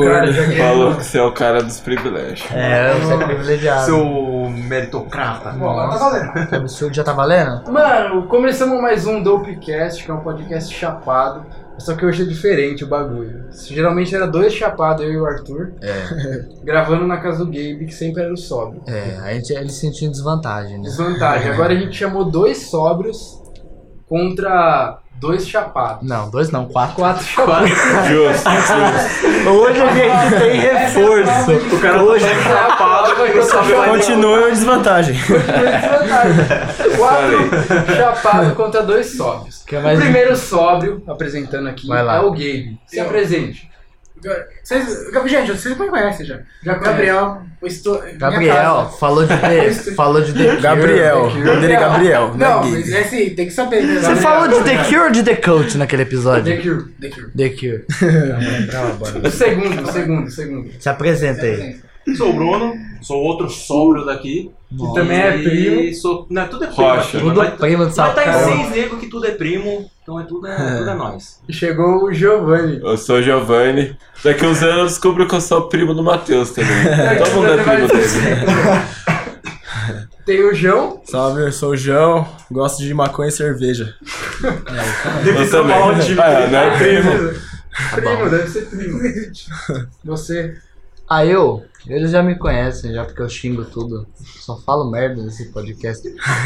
gordo. Falou que você é o cara dos privilégios. Você é privilegiado. Seu meritocrata. Bom, agora tá valendo. Que absurdo, já tá valendo? Mano, começamos mais um Dopecast, que é um podcast chapado. Só que hoje é diferente o bagulho. Geralmente era 2 chapados, eu e o Arthur. Gravando na casa do Gabe, que sempre era o sóbrio. Ele sentiu desvantagem, né? Desvantagem. Agora a gente chamou 2 sóbrios contra 2 chapados. Não, 2 não, 4. 4 chapados. Justo. Hoje a gente tem reforço. O cara hoje é chapado, Continua em desvantagem. 4 chapados contra 2 sóbrios. Que é mais O primeiro sóbrio, apresentando aqui, Vai lá. é o Gabe. Se apresente. Gente, vocês me conhecem já. Gabriel. Gabriel, falou de The Cure. Gabriel. O nome dele é Gabriel. Não, mas é assim, tem que saber. Né? Você falou de The Cure ou de The Coach naquele episódio? The Cure. The Cure. O segundo. Se apresenta aí. Sou o Bruno, sou outro sóbrio daqui. Que também é primo. Sou, não, tudo é primo. Rocha. Aqui, Tudo mas primo de mas tá em Salcão. 6 negros que tudo é primo, então tudo é nós. E chegou o Giovanni. Eu sou o Giovanni. Daqui uns anos eu descubro que eu sou primo do Matheus também. Todo mundo é primo dele. Tem o João. Salve, eu sou o João. Gosto de maconha e cerveja. Eu também. Não é primo. Primo, deve ser primo. Você. Eles já me conhecem, já porque eu xingo tudo. Só falo merda nesse podcast.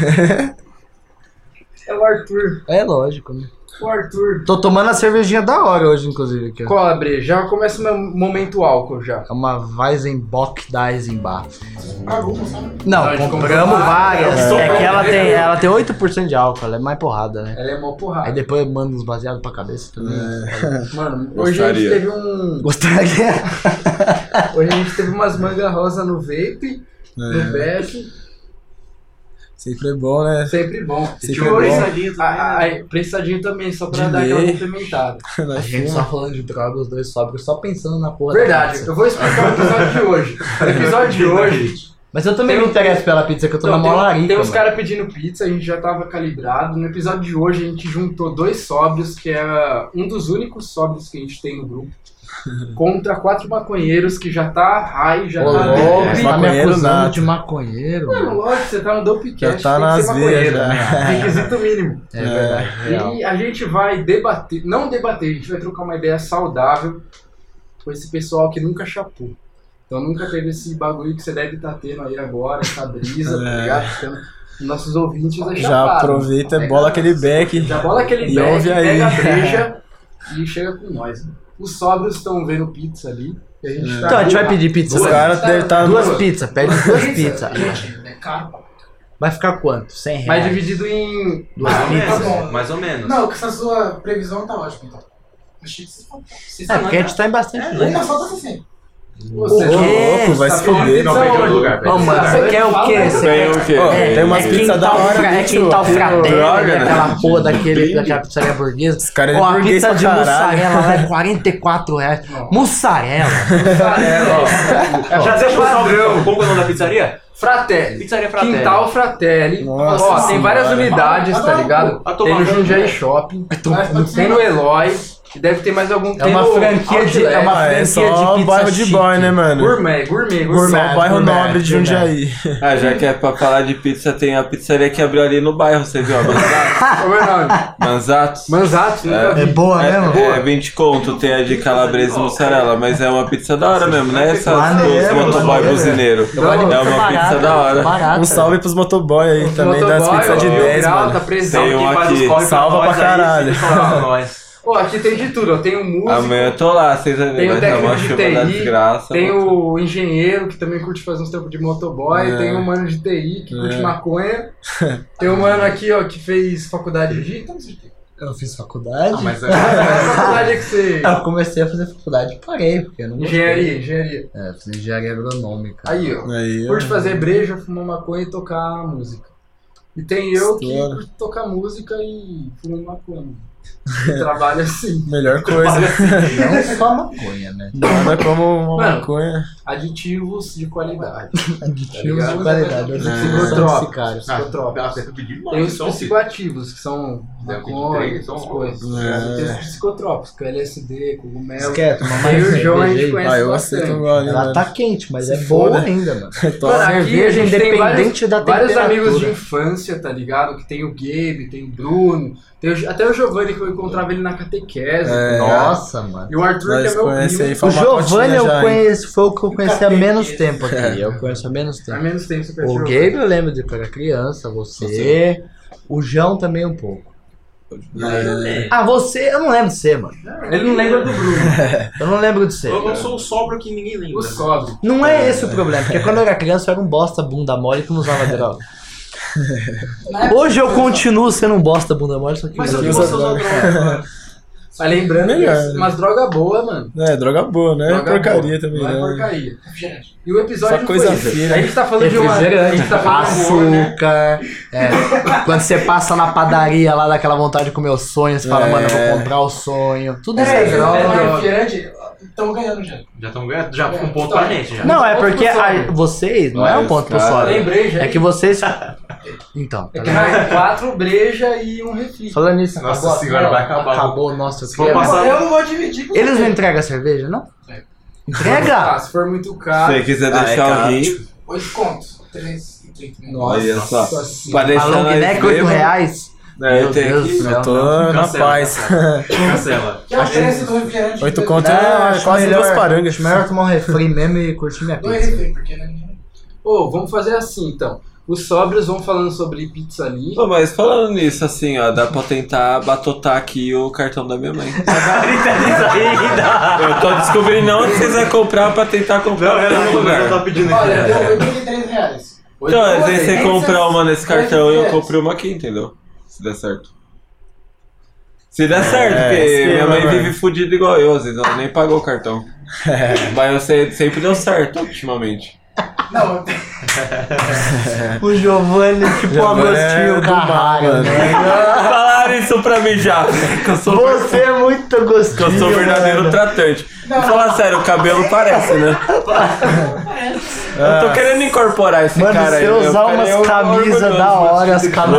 É o Arthur. É lógico, né? O Arthur. Tô tomando a cervejinha da hora hoje, inclusive. Aqui, ó. Qual a breja? Já começa o meu momento álcool já. É uma Weizenbock da Eisenbach. Não, a Não, gente compramos comprou várias. várias. É que ela tem 8% de álcool, ela é mais porrada, né? Ela é mó porrada. Aí depois eu mando uns baseados pra cabeça também. Mano, hoje a gente Gostaria. teve um. Gostaria. Hoje a gente teve umas mangas rosa no vape, no beck. Sempre é bom, né? Sempre bom. Sempre Tipo, é bom. Prensadinho também, né? Prensadinho também, só pra De dar aquela lei. complementada. A gente só falando de droga, os dois sóbrios, só pensando na porra Verdade, da pizza. eu vou explicar o episódio de hoje. O episódio de hoje. Mas eu também Tem me interesso pela pizza, que eu tô na Então, molarica. tem uns mano. caras pedindo pizza, a gente já tava calibrado. No episódio de hoje a gente juntou 2 sóbrios, que é um dos únicos sóbrios que a gente tem no grupo, contra 4 maconheiros que já tá high, já Ô, tá louco, bebe. você tá me Maconheiro acusando nato. de maconheiro? Mano, mano. lógico, você tá no Dopecast, Já tá tem que ser nas veias, maconheiro. já. Requisito mínimo. É verdade, real. E a gente vai debater, não debater, a gente vai trocar uma ideia saudável com esse pessoal que nunca chapou. Então nunca teve esse bagulho que você deve estar tendo aí agora, essa brisa, tá ligado? Então, nossos ouvintes é Já chapado. aproveita, Pega- bola aquele back. Já bola aquele E back, ouve aí. pega a breja e chega com nós. Mano. Os sóbrios estão vendo pizza ali. E a gente tá Então a gente vai pedir pizza. Os né? caras devem estar... 2 pizzas, pede 2 pizzas. Gente, é caro. Vai ficar quanto? 100 Mas reais. dividido em... Duas Mais ou pizzas. menos, mais ou menos. Não, que essa sua previsão tá ótima, então. Achei que vocês É, porque a gente tá em bastante gente. Uma falta assim. Você Ô, louco, vai tá se falando fuder. pizza Não, perdeu onde? lugar, Ô, mano, você quer o quê? Você Tem quer... o quê? Ó, tem umas pizzas da hora, É bicho. quintal fraterno, Droga, né? aquela porra daquela pizzaria burguesa. Os caras Ó, a burguês pizza pra de caralho. mussarela lá é 44 reais. Mussarela. Já deu padrão. Como é o nome da pizzaria? Fratelli. Pizzaria Fratelli. Quintal Fratelli. Nossa Ó, tem senhora. várias unidades, tá ligado? A Tem no tomar Jundiaí banho. Shopping, tem no Eloy, e deve ter mais algum. É tem uma no franquia de... Outlet. É uma Ah, é franquia só de pizza bairro de chique. boy, né, mano? Gourmet. Só o bairro gourmet, nobre de Jundiaí. Ah, já que é pra falar de pizza, tem a pizzaria que abriu ali no bairro, você viu? A Manzato. Como é o nome? Manzato. Manzato, nunca vi. É boa mesmo? É 20 conto, tem a de calabresa e mussarela, mas é uma pizza da hora mesmo, né? Essas Maneiro, dos motoboy maneiro. buzineiro. Eu gosto de É pizza uma barata, pizza da hora. barata. Um salve pros motoboy aí também, das Motoboy, pizzas de ó, 10, Grau, mano. tá presente. Tem um Quem faz aqui. os corre Salva nós pra aí, caralho. se falar pra nós. Ó, aqui tem de tudo, ó. Tem o músico, Amanhã eu tô lá, vocês vão tem o ver, vai dar uma técnico de chuva da TI, desgraça. tem o engenheiro que também curte fazer uns tempos de motoboy, É. tem o mano de TI que curte É. maconha, tem o mano aqui, ó, que fez faculdade de... Então, Eu fiz faculdade. mas é faculdade que você... Eu comecei a fazer faculdade e parei, porque eu não gostei. Engenharia. É, fiz engenharia agronômica. Aí, ó. Aí, ó. Curte fazer breja, fumar maconha e tocar música. E tem eu que Estoura. curto tocar música e fumar maconha. Eu trabalho assim. Melhor coisa. Não só maconha, né? Nada como uma Mano, maconha. Aditivos de qualidade. Aditivos de ligado? qualidade. Eu Psicotrópicos. cara. Psicotrópicos. Tem os psicoativos, que são maconha, essas coisas. Tem os psicotrópicos, que é LSD, cogumelo. Esquece, uma Aí mais o João a gente cerveja aí. conhece Eu bastante. aceito igual, Ela mano. tá quente, mas é Se boa foda. ainda, mano. Mano, aqui a Cerveja gente tem independente da vários temperatura. amigos de infância, tá ligado? Que tem o Gabe, tem o Bruno, tem até o Giovanni, que eu encontrava ele na catequese. É. tá ligado? Nossa, mano. E o Arthur, que é Nós meu conhece aí, primo. fala O uma Giovanni cotinha já, hein? foi o que eu conheci há menos tempo aqui. Eu conheço há menos Há tempo. menos tempo você O conhece Gabe eu lembro de quando era criança, você. O João também um pouco. Ah, você, eu não lembro de você, mano. Ele não lembra do Bruno. Eu não lembro de você. Eu sou o sobro que ninguém O lembra. sóbrio. Não é esse o problema, porque quando eu era criança eu era um bosta bunda mole que não usava droga. Hoje eu continuo sendo um bosta bunda mole, só que Mas eu eu uso você usa droga. droga. Mas lembrando que Melhor. umas drogas boas, mano. É, droga boa, né? Droga Porcaria boa. também, Não é né? porcaria. Refrigerante. E o episódio Só não coisa foi isso. fina. A gente tá falando de uma... A gente tá falando de amor, né? Açúcar. Quando você passa na padaria lá daquela vontade de comer o sonho, você fala, É. mano, eu vou comprar o sonho. Tudo isso é Peraí, droga. refrigerante, estamos ganhando já. Já estamos ganhando? Já fica um ponto pra gente. Já. Não, é Ponto porque pro sonho. vocês, não é um ponto pro Cara, sonho. Lembrei já. É que vocês. Então, É que vai 4 breja e um refri. falando nisso, Nossa acabou a senhora, tela? vai acabar. Acabou o nosso for tema. passar- Eu não vou dividir com Eles você. não entregam a cerveja, não? É. Entrega! Ah, se for muito Se caro... você quiser Ah, é deixar caro. alguém, 8 contos. 3,30 minutos. olha só. Nossa senhora. Pra deixar A long nós neck, R$8. bêbados, né, Meu tem Deus aqui. do céu. Eu tô na Cancela, paz. Cancela. Que é o preço do refrigerante? 8 de conto Não, é acho quase melhor- 2 parangas. Acho melhor tomar um refri mesmo e curtir minha dois pizza. refri, porque não é Ô, vamos fazer assim, então. Os sóbrios vão falando sobre pizza ali. Pô, mas falando nisso, assim, ó, dá pra tentar batotar aqui o cartão da minha mãe. Eu tô descobrindo onde vocês vão comprar pra tentar comprar Não, no ela mesmo não lugar. tá pedindo Olha, aqui. deu 83 reais. Então, às vezes você Oito, comprar uma nesse cartão e eu reais. comprei uma aqui, entendeu? Se der certo. Se der certo, É, porque sim, minha mãe mano. vive fudida igual eu, às vezes ela nem pagou o cartão. Mas eu sei, sempre deu certo, ultimamente. Não, O Giovanni, tipo o Giovanni Agostinho é do mal, Carrara, mano. né? Falaram isso pra mim já, que eu sou, Você é muito que Agostinho. eu sou verdadeiro mano. tratante. Vou falar sério, o cabelo parece, né? Eu tô querendo incorporar esse Mano, cara se aí. eu usar ficaria umas camisas orgulhoso, da hora, as Oi, camisas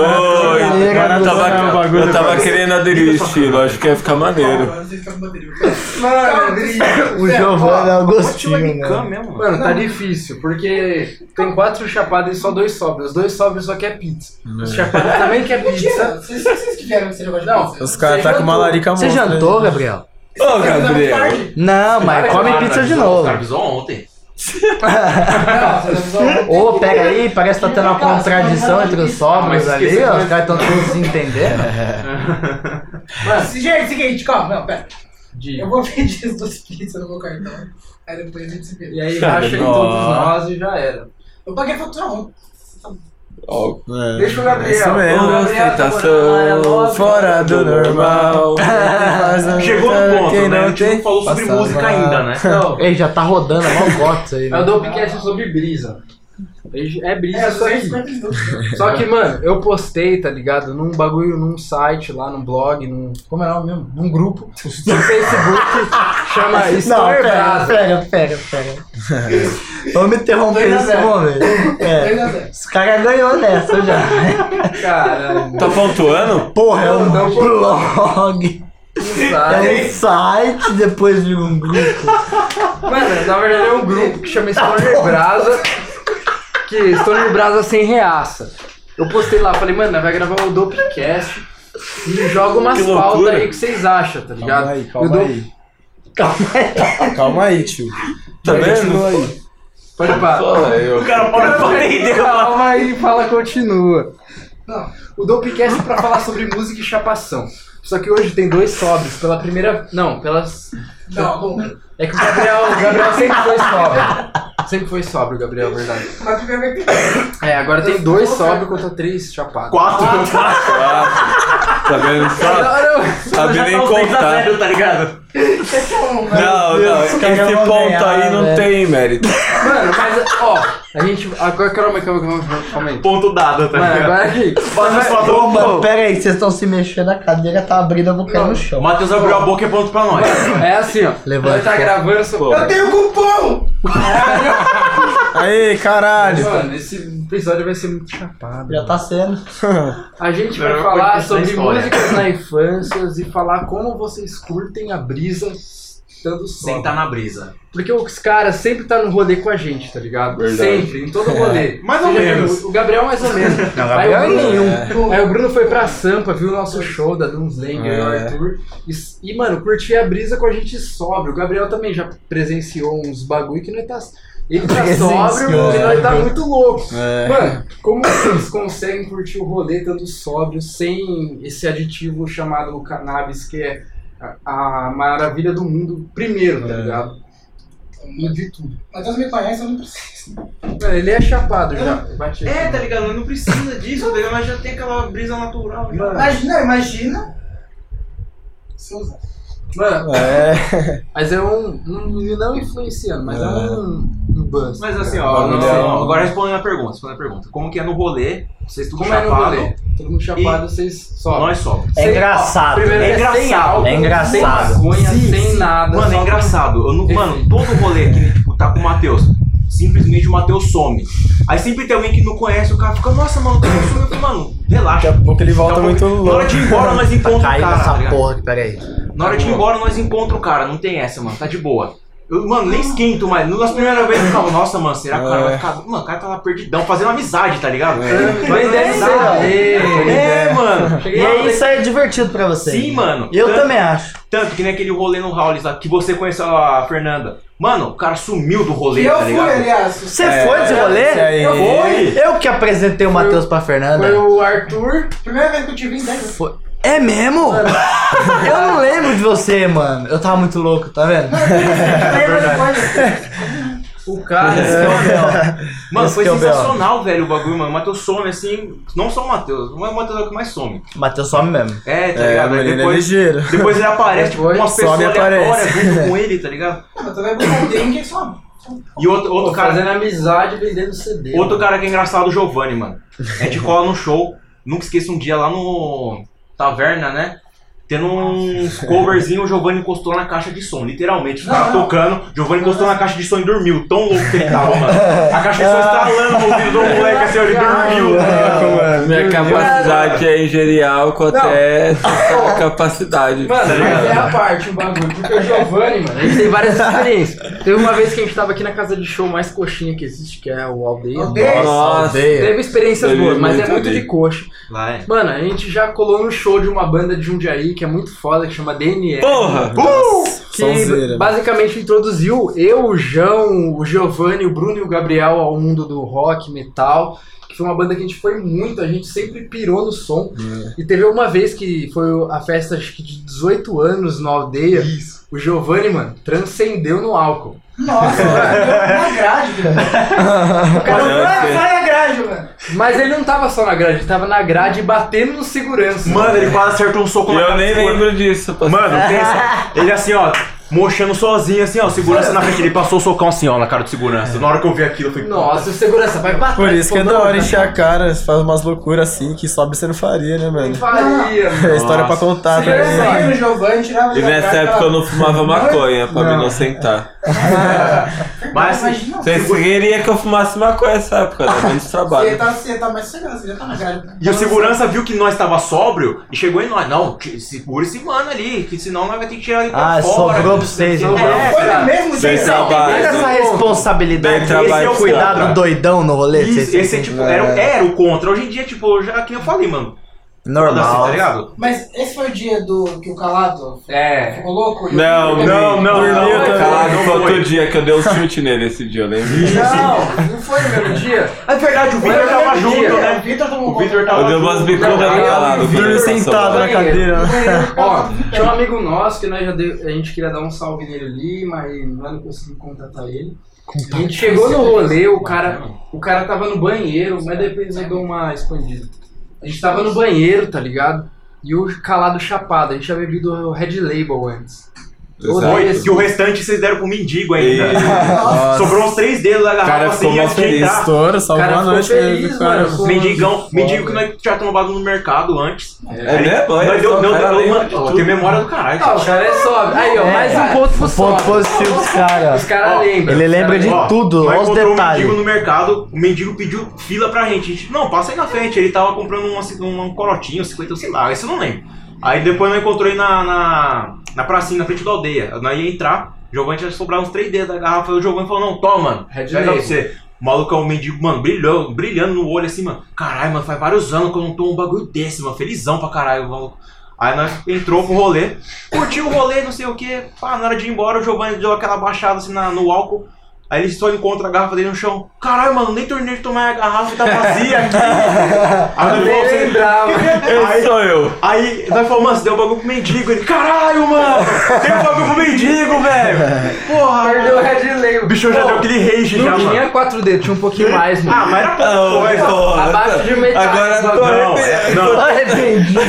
eu tava querendo aderir o estilo, acho que ia ficar maneiro. agora vocês ficam com bateria. O Giovanni é Agostinho, Webcam né? mesmo, mano. Mano, tá difícil, porque tem 4 chapadas e só 2 sóbrios. Os 2 sóbrios só quer pizza. Os chapados também quer pizza. Vocês que vieram esse negócio de Não, pizza? Os caras tá com uma larica Você monstra, jantou, hein? Gabriel? Ô, Gabriel. Não, mas come Ah, pizza de avisou, novo. Avisou ontem. Não, vocês avisou. Ô, pega aí, parece que tá tendo uma contradição entre os sóbrios Mas ali, esqueci ó. que- Os caras estão todos se entendendo. Gente, seguinte, calma, não, pera. De- Eu vou pedir as 2 pizzas no meu cartão. Aí depois a gente se vê. E aí racha em todos nós e já era. Eu paguei a fatura ontem. Ó, É, Deixa o Gabriel. Isso mesmo. O Gabriel tá ostentação Fora do normal. Chegou no ponto, Quem né? A não gente não tem, falou sobre passa música mal. ainda, né? Não, Ei, já tá rodando, é mó gosto aí. é o Né? Dopecast sobre brisa. É brisa É, isso aqui. 250 minutos. Só que, mano, eu postei, tá ligado? Num bagulho, num site lá, num blog, num. Como é o nome mesmo? Num grupo. No Facebook. Chama Não, Story Brasa. pera. Vamos interromper 2 a esse 0. momento. 2 a 0. Os caras ganhou nessa já. Caralho. tá pontuando? Porra, é um Não, blog. Sabe? É um site depois de um grupo. Mano, na verdade é um grupo que chama Stoner Brasa. Que Stoner Brasa sem reaça. Eu postei lá, falei, mano, nós vai gravar o Dopecast e joga umas Que pautas loucura. aí que vocês acham, tá ligado? Calma aí, E o calma Dop- aí. Calma aí, tio. Tá vendo? Continua aí. Pode parar. Só eu. Pode entender. Calma aí, fala, continua. Não. O Dopecast pra falar sobre música e chapação. Só que hoje tem 2 sóbrios pela primeira. Não, pelas. Não. É que o Gabriel sempre foi sóbrio. Sempre foi sóbrio, Gabriel, verdade. Mas primeiro vai ter. É, agora tem 2 sóbrios contra 3 chapados. 4. Sabendo só. Sabe nem contar. Tá ligado? Não, esse ponto aí não tem mérito. Mano, mas, ó, a gente. Agora, calma aí. Ponto dado, tá Mano, ligado? agora aqui. Ô, mano, pera aí, vocês estão se mexendo, a cadeira tá abrindo, eu vou cair no O chão. Matheus abriu a boca e ponto pra nós. É assim, ó. Levanta. Nós tá gravando. Pô. Eu tenho cupom! Aí, caralho. Mano, esse episódio vai ser muito chapado. Já tá sendo. A gente vai Melhor falar coisa da sobre história. músicas na infância e falar como vocês curtem a brisa estando só. Sentar na brisa. Porque os caras sempre tá no rolê com a gente, tá ligado? Verdade. Sempre, em todo rolê. Mais ou Seja menos. O Gabriel mais ou menos. Não, Aí Gabriel o Bruno, nenhum. Aí o Bruno foi pra Sampa, viu o nosso show da Dunslanger e o Arthur. E, mano, curtia a brisa com a gente sóbrio. O Gabriel também já presenciou uns bagulho que nós tá... Ele tá sóbrio e nós tá muito louco. Mano, como vocês conseguem curtir o rolê tanto sóbrio, sem esse aditivo chamado cannabis, que é a maravilha do mundo primeiro, tá ligado? E de tudo. Matheus me conhece, eu não preciso. Mano, ele é chapado já. Bate É, tá ligado? Não precisa disso, tá ligado? Mas já tem aquela brisa natural. Já. Imagina. Se eu usar. Mano, mas é não influenciando, mas é um buzz. Mas assim, tá ó, ligado? agora respondendo a pergunta. Como que é no rolê? Vocês tudo Como é no chapado, rolê? Todo mundo chapado, vocês só. nós só. É engraçado. Primeiro É sem engraçado. álcool, É engraçado. sem maconha, sem nada. Mano, é só engraçado. Eu não, mano, todo rolê que tipo, tá com o Matheus, simplesmente o Matheus some. Aí sempre tem alguém que não conhece, o cara fica, nossa, mano, o cara sumiu. Eu falo, mano, relaxa. Daqui a pouco ele volta Daqui a muito pouco- Na hora louco. de ir embora, nós Tá encontramos o caindo cara. Tá essa ligado? porra aqui, peraí. Na hora de ir embora, nós encontramos o cara. Não tem essa, mano. Tá de boa. Eu, mano, nem esquento mais. Nas primeiras vezes eu ficava, nossa, mano, será que o cara vai ficar. Mano, o cara tá lá perdidão, fazendo amizade, tá ligado? Mas deve ser. É, mano. E aí, isso aí é divertido pra você. Sim, mano. Eu Tanto- também acho. Tanto que nem aquele rolê no Howlis lá, que você conheceu a Fernanda. Mano, o cara sumiu do rolê, E eu tá fui, ligado? aliás. Você foi desse rolê? Esse aí. Eu que apresentei o Matheus pra Fernanda. Foi o Arthur. Primeira vez que eu te vi em 10 anos. É mesmo? Eu não lembro de você, mano. Eu tava muito louco, tá vendo? O cara. Mano, Esse foi que é o sensacional, velho, o bagulho, mano. O Matheus some assim. Não só o Matheus. O Matheus é o que mais some. Matheus some mesmo. É, tá É, ligado? o Aí menino é depois, ligeiro. depois ele aparece, tipo, Depois umas pessoas some e aleatórias aparece. junto com ele, tá ligado? Mas tu vai buscar alguém que some. E outro cara. Fazendo amizade vendendo CD. Outro cara que é engraçado, o Giovanni, mano. A gente cola no show. Nunca esqueço um dia lá no Taverna, né? Tendo uns coverzinhos, o Giovanni encostou na caixa de som, literalmente. O cara tocando, o Giovanni encostou na caixa de som e dormiu. Tão louco que ele tava, mano. A caixa de som estralando no ouvido do moleque, assim, ele dormiu. Minha capacidade é ingerir álcool até a capacidade. Mano, mas é a parte, o bagulho. Porque o Giovanni, mano, a gente tem várias experiências. Teve uma vez que a gente tava aqui na casa de show mais coxinha que existe, que é o Aldeia. Nossa, Teve experiências Teve boas, mas é muito muito ali. de coxa. Lá é. Mano, a gente já colou no show de uma banda de Jundiaí, que é muito foda, que chama DNR. porra! Que Sonzeira. basicamente introduziu eu, o João, o Giovanni, o Bruno e o Gabriel ao mundo do rock, metal. Que foi uma banda que a gente foi muito, a gente sempre pirou no som. E teve uma vez que foi a festa, acho que de 18 anos na Aldeia. O Giovanni, mano, transcendeu no álcool. Nossa, mano, na grade, velho. O cara vai na grade, mano. Mas ele não tava só na grade, ele tava na grade batendo no segurança. Mano, ele quase acertou um soco E na eu cara nem do segurança. lembro disso. Mano, pensa. Ele assim, ó, mochando sozinho, assim, ó, segurança na frente. Ele passou o socão assim, ó, na cara do segurança. Na hora que eu vi aquilo, eu falei, Nossa, o segurança vai bater. Por isso que é Pô, da hora não, encher a cara, faz umas loucuras assim, que sobe você não faria, né, Não mano? faria, É mano. história pra contar, tá Eu ligado? ia no Giovanni, tirava E ele da nessa grade, época eu não fumava maconha pra me inocentar. Mas assim, Imagina, Vocês queriam que eu fumasse maconha nessa época, dá menos trabalho. você tá mais sossegado, você já tá na grade. e o segurança viu que nós tava sóbrio e chegou em nós. Não, segura esse mano ali, que senão nós vai ter que tirar ele pra Ah, fora. sobrou pra vocês, É, então. Foi no cara. mesmo Sem dia. trabalho. Tem essa responsabilidade Bem trabalho, esse é o cuidar contra. do doidão no rolê. Isso, esse é tipo, era o contra. Hoje em dia, tipo, já que eu falei, mano. Foda-se, normal. tá ligado? Mas esse foi o dia do que o Calado É. ficou louco? Não, Dormiu também. Calado não foi outro foi. dia que eu dei um chute nele esse dia, eu lembro. Não foi no mesmo dia. É verdade, o Vitor Mas tava eu junto, lembro, né? O Vitor tomou O Vitor tava Eu dei umas junto. bicudas Não, no Calado. eu- Dormiu sentado na cadeira. Ó, tinha um amigo nosso que nós já a gente queria dar um salve nele ali, mas nós não conseguimos contatar ele. A gente chegou no rolê, o cara tava no banheiro, mas depois eu dou uma expandida. A gente tava no banheiro, tá ligado? e o calado chapado. A gente tinha bebido o Red Label antes. E o restante vocês deram pro mendigo ainda. Sobrou uns 3 dedos da garrafa Cara, ficou assim mó antes de feliz. entrar. Estouro, salvou a noite feliz, cara. mano. Mendigo que nós já tombado no mercado antes. É mesmo? Nós deu, Cara, lembra de mano, tudo. tem memória do caralho. Ah, o cara é sóbrio. Aí, ó, mais um ponto pro Ponto sóbrio. positivo dos caras. Os caras Ó, lembram. Ele lembra de Ó, tudo, nós olha os encontrou detalhes. um mendigo no mercado, o mendigo pediu fila pra gente. A gente, não, passa aí na frente. Ele tava comprando um corotinho, 50, sei lá, isso eu não lembro. Aí depois nós encontrou ele na pracinha, na frente da aldeia. Nós ia entrar, o Giovanni tinha sobrado uns 3 dedos da garrafa. Aí o Giovanni falou, não, toma, mano, Red pega pra Label. você. O malucão, o mendigo, mano, brilhando no olho assim, mano. Caralho, mano, faz vários anos que eu não tomo um bagulho desse, mano. Felizão pra caralho, maluco. Aí nós entrou pro rolê, curtiu o rolê, não sei o que. Pá, na hora de ir embora, o Giovanni deu aquela baixada assim no álcool. Aí ele só encontra a garrafa dele no chão. Caralho, mano, nem tornei de tomar a garrafa, tá vazia aqui. Aí nós falou, lembrava. Esse sou eu. Aí nós falamos, mano, você deu o bagulho pro mendigo. Ele, caralho, mano, deu o bagulho pro mendigo, velho. Porra, Perdeu o mano. Red Label. O bicho já deu aquele rage já, Não mano. tinha 4 dedos, tinha um pouquinho mais, mano. Ah, mas era pouca coisa. Porra, Abaixo de metade. Agora do tô bagulho. Não, Arrependido.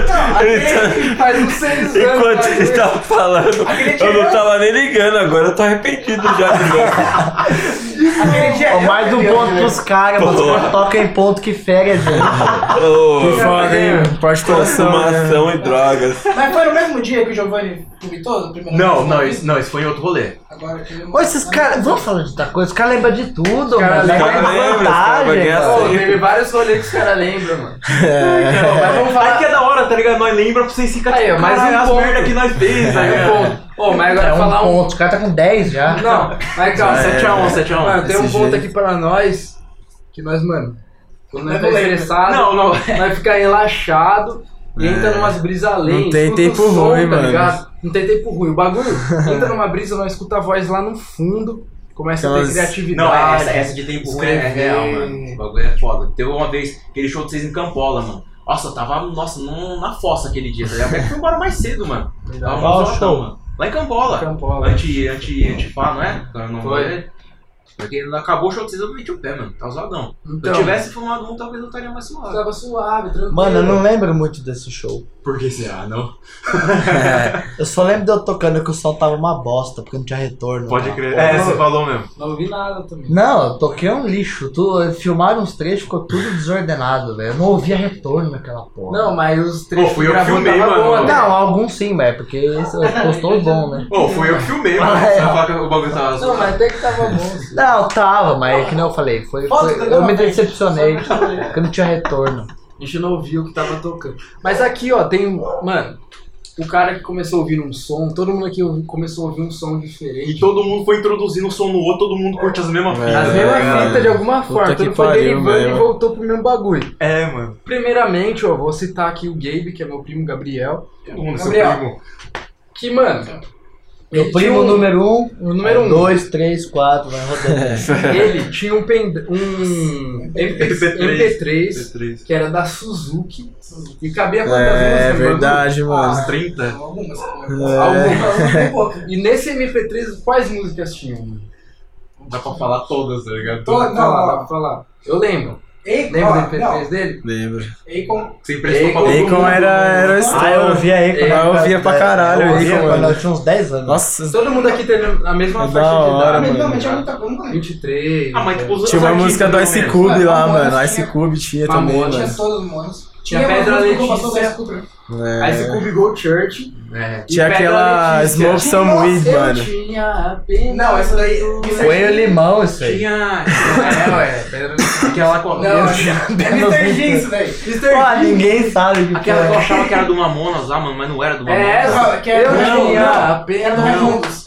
Faz uns 6 anos. Enquanto ele bagulho. tava falando, eu não tava nem ligando, agora eu tô arrependido já de novo. Aquele dia. Ó, mais um ponto pros caras, mano. Os Porra. caras tocam em ponto que fere a gente. Ô, Foda, hein? Parte coração. consumação e drogas. Mas foi no mesmo dia que o Giovanni vomitou? a primeira vez? Não, isso foi em outro rolê. Agora que ele Ô, esses caras. Vamos falar de outra coisa? Os caras lembram de tudo, cara mano. lembra, Lembra de os caras vantagem, ganham mano. Pô, teve vários rolês que os caras lembram, mano. Mas vamos falar que é da hora, tá ligado? Nós lembra pra vocês ficarem Aí, ó, mais caralho, um as ponto. merda que nós fez, Aí aí, um ponto. Ô, mas agora É falar um ponto. Os caras tá com 10 já. Não, mas calma, 7x1. Mano, tem um Desse ponto jeito. aqui pra nós que nós, mano, quando nós Eu tá não lembro. estressado, Não. nós fica relaxado e entra numas brisas além. Não tem escuta tempo o som, ruim, tá mano. ligado? Não tem tempo ruim. O bagulho entra numa brisa, nós escuta a voz lá no fundo, começa a ter Aquelas- criatividade. Não, essa de tempo ruim é escrever. real, mano. Esse bagulho é foda. Teve uma vez, aquele show de vocês em Campola, mano. Nossa, eu tava, na fossa aquele dia, tá ligado? Até que fui embora mais cedo, mano. Tava Qual no show? mano. Lá em Campola. Campola. Anti-pá, não é? Não Foi. Porque acabou o show de vocês, eu meti o pé, mano. Tá zoadão. Se Então, eu tivesse fumado um, talvez eu estaria mais suave. tava suave, tranquilo. Mano, eu não lembro muito desse show. Por que você? Ah, não. Eu só lembro de eu tocando que o som tava uma bosta, porque não tinha retorno. Pode Tá? crer. Pô, É, não- você falou mesmo. Não ouvi nada também. Não, eu toquei um lixo. Filmaram uns trechos, ficou tudo desordenado, velho. Eu não ouvia retorno naquela porra. Não, mas os trechos Pô, fui eu que gravou filmei, tava mano. boa, né? Não, alguns sim, velho, porque esse postou os bons, né? Pô, fui eu que filmei, mano. Você vai falar que o bagulho tava Não, zoado. mas até que tava bom. Assim. Não, tava, mas é que nem eu falei, eu me decepcionei, porque não tinha retorno. A gente não ouviu o que tava tocando. Mas aqui, ó, tem. Mano, o cara que começou a ouvir um som, todo mundo aqui começou a ouvir um som diferente. E todo mundo foi introduzindo um som no outro, todo mundo curte as mesmas É. fitas. As tá mesmas ligado? fitas de alguma Puta forma. que Tudo foi pariu, derivando e velho. voltou pro mesmo bagulho. É, mano. Primeiramente, ó, vou citar aqui o Gabe, que é meu primo Gabriel. Todo mundo seu Gabriel. primo. Que, mano. Meu ele primo tinha número 1, O número 1. 2, 3, 4, vai rodando. Ele tinha um MP3 que era da Suzuki e cabia quantas É músicas? verdade, mano. Uns 30. Algumas. Algumas. Bem pouca. E nesse MP3, quais músicas tinham? Mano? Dá pra falar todas, tá ligado? Todas. Dá pra falar, dá pra falar. Eu lembro. Lembra do MP3 dele? Lembro. Akon. Você emprestou pra todo Akon mundo. era o Ah, eu estouro. ouvia aí quando Eu ouvia pra caralho eu aí, ouvia quando mano. eu tinha uns 10 anos. Nossa, Todo mundo aqui teve a mesma É da faixa de hora, idade. mano. Não, tinha muita coisa, nunca lembro. 23. Ah, mas tipo, os tinha uma artistas, música do pelo Ice menos. Cube lá, Mamonas mano. tinha. Ice Cube tinha também, Mamonas. Tinha mano. todos os monos. Tinha uma Pedra música que passou Letícia. da Cooper. Ice Cube Go Church. É. Tinha E Pedra aquela Letícia. Smoke Some Weed, Eu mano. tinha apenas. Não, essa daí. Foi o limão isso aí. Tinha. Ué, Pedra Letícia. Aquela com Não, é Mr. Jean isso daí. Pô, ninguém sabe o que Aquela que eu é. achava que era do Mamonas lá, mano, mas não era do Mamonas. É essa. Que era Eu do tinha Raimundos. Era do apenas. Raimundos.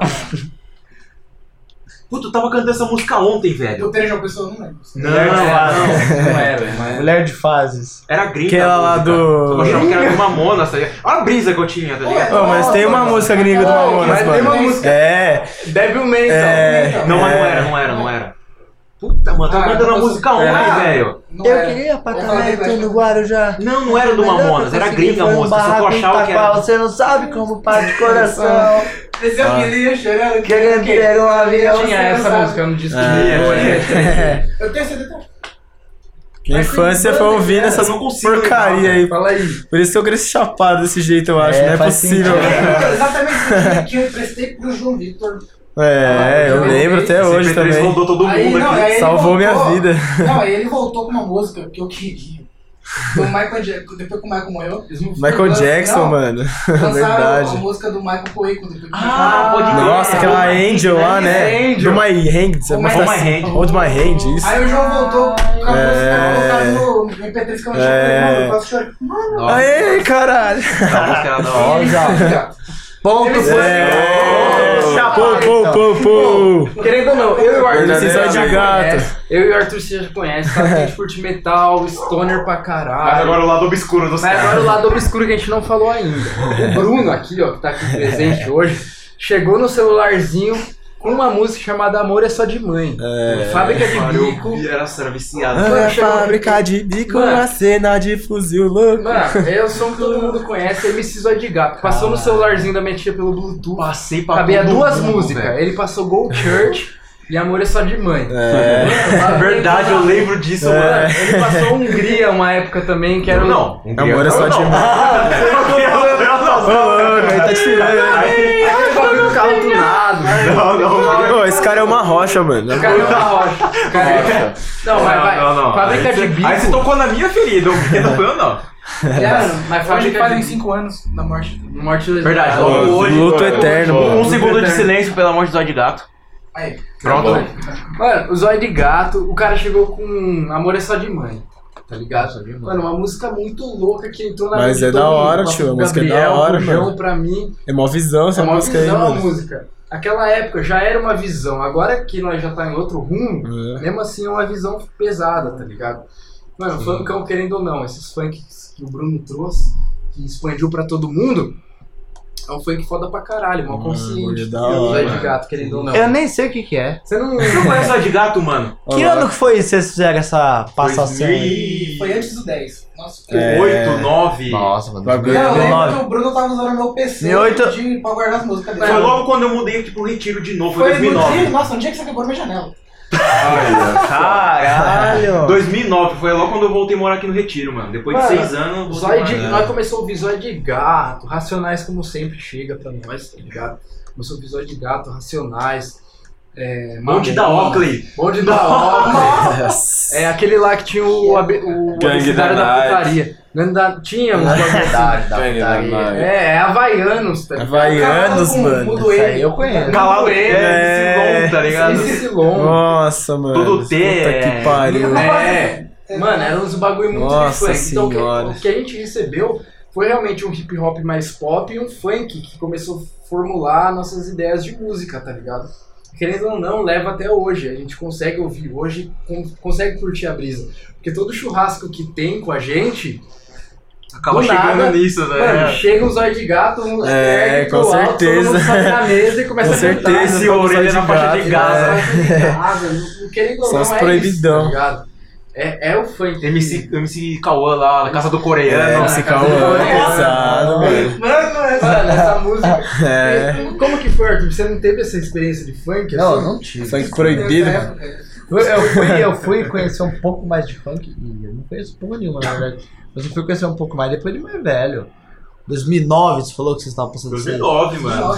Puta, eu tava cantando essa música ontem, velho. Do Terejão Pessoa, não lembro. Mulher de fases. Não era, mas. Mulher de fases. Era gringa. Aquela a lá música. do- Eu achava que era do Mamonas, tá ligado? Olha a brisa que eu tinha, tá ligado? Ô, mas tem uma música gringa do Mamonas, mas tem uma mano. música. É, Devil May É. Não, mas não era. Puta, mano, tava Ah, cantando a não, música não, ontem, não. velho. Não Eu era. queria Eu falei apartamento pra- no Guarujá. Não era do Mamonas, era gringa a música, só que eu achava que era. Você não sabe como parte de coração. Esse eu queria chorando. Querendo ter um avião. Tinha você essa não música, eu não disse que É. Eu tenho CD até. Minha infância foi ouvindo essa eu não consigo porcaria lembrar, aí. Fala aí. Por isso que eu cresci chapado desse jeito, eu acho. Não é faz possível. sentido. Exatamente que eu emprestei pro João Victor. Eu lembro até hoje Esse P3 também. rodou todo mundo aqui. aí ele Salvou minha vida. Não, aí ele voltou com uma música que eu queria. Do Michael Jackson, depois que o Michael morreu. Michael Jackson, mano. Lançaram a Verdade. música do Michael Coeco. Depois que Pode crer. Nossa, aquela Angel lá, né? Angel. Do My Hand. Oh My Hand. Ou do My Hand, isso. Aí o João voltou com a música colocada no MP3 que eu não tinha. Mano, eu quase chorei. Aê, caralho. A música era da hora. Ponto Pô. Querendo ou não, eu e o Arthur Verdadeiro você já de conhece. gato. Eu e o Arthur você já conhece, sabe? A gente curte metal, stoner pra Mas caralho. agora o lado obscuro dos Mas caras. agora o lado obscuro que a gente não falou ainda. O Bruno aqui, ó, que tá aqui presente hoje, chegou no celularzinho com uma música chamada Amor é Só de Mãe. Fábrica de Bico. Era viciado. Ah, fábrica de bico, Mano. uma cena de fuzil louco. Mano, é o som que todo mundo conhece, MC Zóio de Gato. Passou no celularzinho da minha tia pelo Bluetooth. Passei pra Cabia todo duas mundo, músicas. velho. Ele passou Go Church e Amor é Só de Mãe. É verdade, eu lembro disso, mano. Ele passou Hungria uma época também, que era o... Não, Amor é só de Aí tá tirando. Aquele bagulho do carro tunado. Pô, esse cara é uma rocha, mano. O cara é uma rocha. O cara é... Não, mas vai. Não. Fábrica de bico. Aí você tocou na minha ferida, porque não foi eu, não. Mas Hoje fábrica fazem de 5 anos da morte. morte Verdade. Hoje, luto eterno, mano. Um segundo de silêncio pela morte do Zóio de Gato. Aí. Pronto. Mano, o Zóio de Gato, o cara chegou com Amor é Só de Mãe. Tá ligado? Mano, uma música muito louca que entrou na Mas vida é de da todo mundo. hora, Passou tio, a pro música é da Gabriel, hora, pro João, mano. pra mim. É mó visão essa É uma música aí, visão a mano. música. Aquela época já era uma visão. Agora que nós já tá em outro rumo, mesmo assim é uma visão pesada, tá ligado? Mano, funkão, querendo ou não, esses funks que o Bruno trouxe, que expandiu pra todo mundo, é um funk foda pra caralho, mal consciente. é da E o hora, Zóio de mano. Gato, querendo ou não. Eu nem sei o que é. Você não... Você não conhece o Zóio de Gato, mano? Que ano que foi que vocês fizeram essa passação aí? Foi antes do 10. Nossa, 8, 9. Nossa, mano. Bagulho. Eu lembro 2009. que o Bruno tava usando meu PC 2008. pra guardar as músicas dele. Foi logo quando eu mudei aqui pro Retiro de novo, foi Foi no 2009. dia, nossa, um dia que você quebrou minha janela. Caralho. 2009, foi logo quando eu voltei a morar aqui no Retiro, mano. Depois de Mano, 6 anos, eu voltei Zóio a de... morar. Nós começamos a ouvir Zóio de Gato, Racionais como sempre chega pra nós, tá ligado? Começou a ouvir Zóio de Gato, Racionais, Bonde da Oakley. Bonde da Oakley. É aquele lá que tinha o Gangue Abecedário da da Night. Putaria. Tinha uns bagulho assim. Gangue da Night. É Havaianos, tá ligado? Havaianos, Com mano. Mudo Isso aí ele. eu conheço. Calado ele, é, tá ligado? Esse Silon. Nossa, mano. Tudo T, Puta é. que pariu. Mano, eram uns bagulho muito Nossa de funk. Então senhora. o que a gente recebeu foi realmente um hip hop mais pop e um funk que começou a formular nossas ideias de música, tá ligado? Querendo ou não, leva até hoje. A gente consegue ouvir hoje, consegue curtir a brisa. Porque todo churrasco que tem com a gente, Acaba do chegando nada, nisso, mano, né? chega um Zóio de Gato, com certeza. todo mundo sobe na mesa e começa Com a cantar. certeza, Esse orelha na faixa de gás. Querendo ou Só não, os é proibidão. isso, tá ligado? É o funk. MC Cauã lá, na casa do coreano. Esse Casa Cauã do é pesado, mano. Mano, essa música. É. Como que foi, Arthur? Você não teve essa experiência de funk? Não, assim? não tive. Funk proibido. Eu fui conhecer um pouco mais de funk, e eu não conheço porra nenhuma, na verdade. Mas eu fui conhecer um pouco mais depois de mais velho. 2009, você falou que vocês estavam passando isso aí? 2009, mano.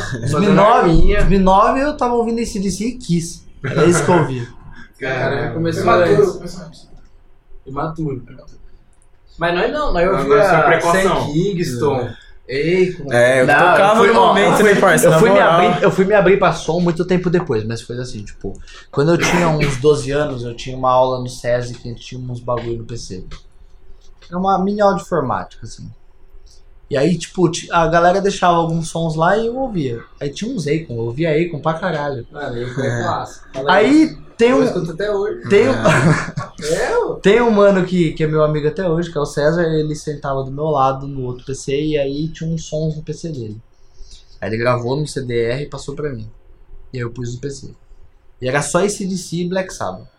2009 eu tava ouvindo esse DC e Kiss. Era isso que eu ouvi. Cara, começou Imaturo. Imaturo. Mas nós Agora ouvia foi precoção. Sam Kingston, Akon. É, eu Não, tocava fui- no momento, né, parça? Na moral. Eu fui me abrir pra som muito tempo depois, mas foi assim, tipo, quando eu tinha uns 12 anos, eu tinha uma aula no SESI que a gente tinha uns bagulho no PC. Era uma mini aula de informática, assim. E aí, tipo, a galera deixava alguns sons lá e eu ouvia. Aí tinha uns Akon, eu ouvia Akon pra caralho. Mano, eu fui clássico. Aí tem Eu um. escuto até hoje. Tem um mano que é meu amigo até hoje, que é o César, ele sentava do meu lado no outro PC e aí tinha uns sons no PC dele. Aí ele gravou no CDR e passou pra mim. E aí eu pus no PC. E era só AC/DC e Black Sabbath.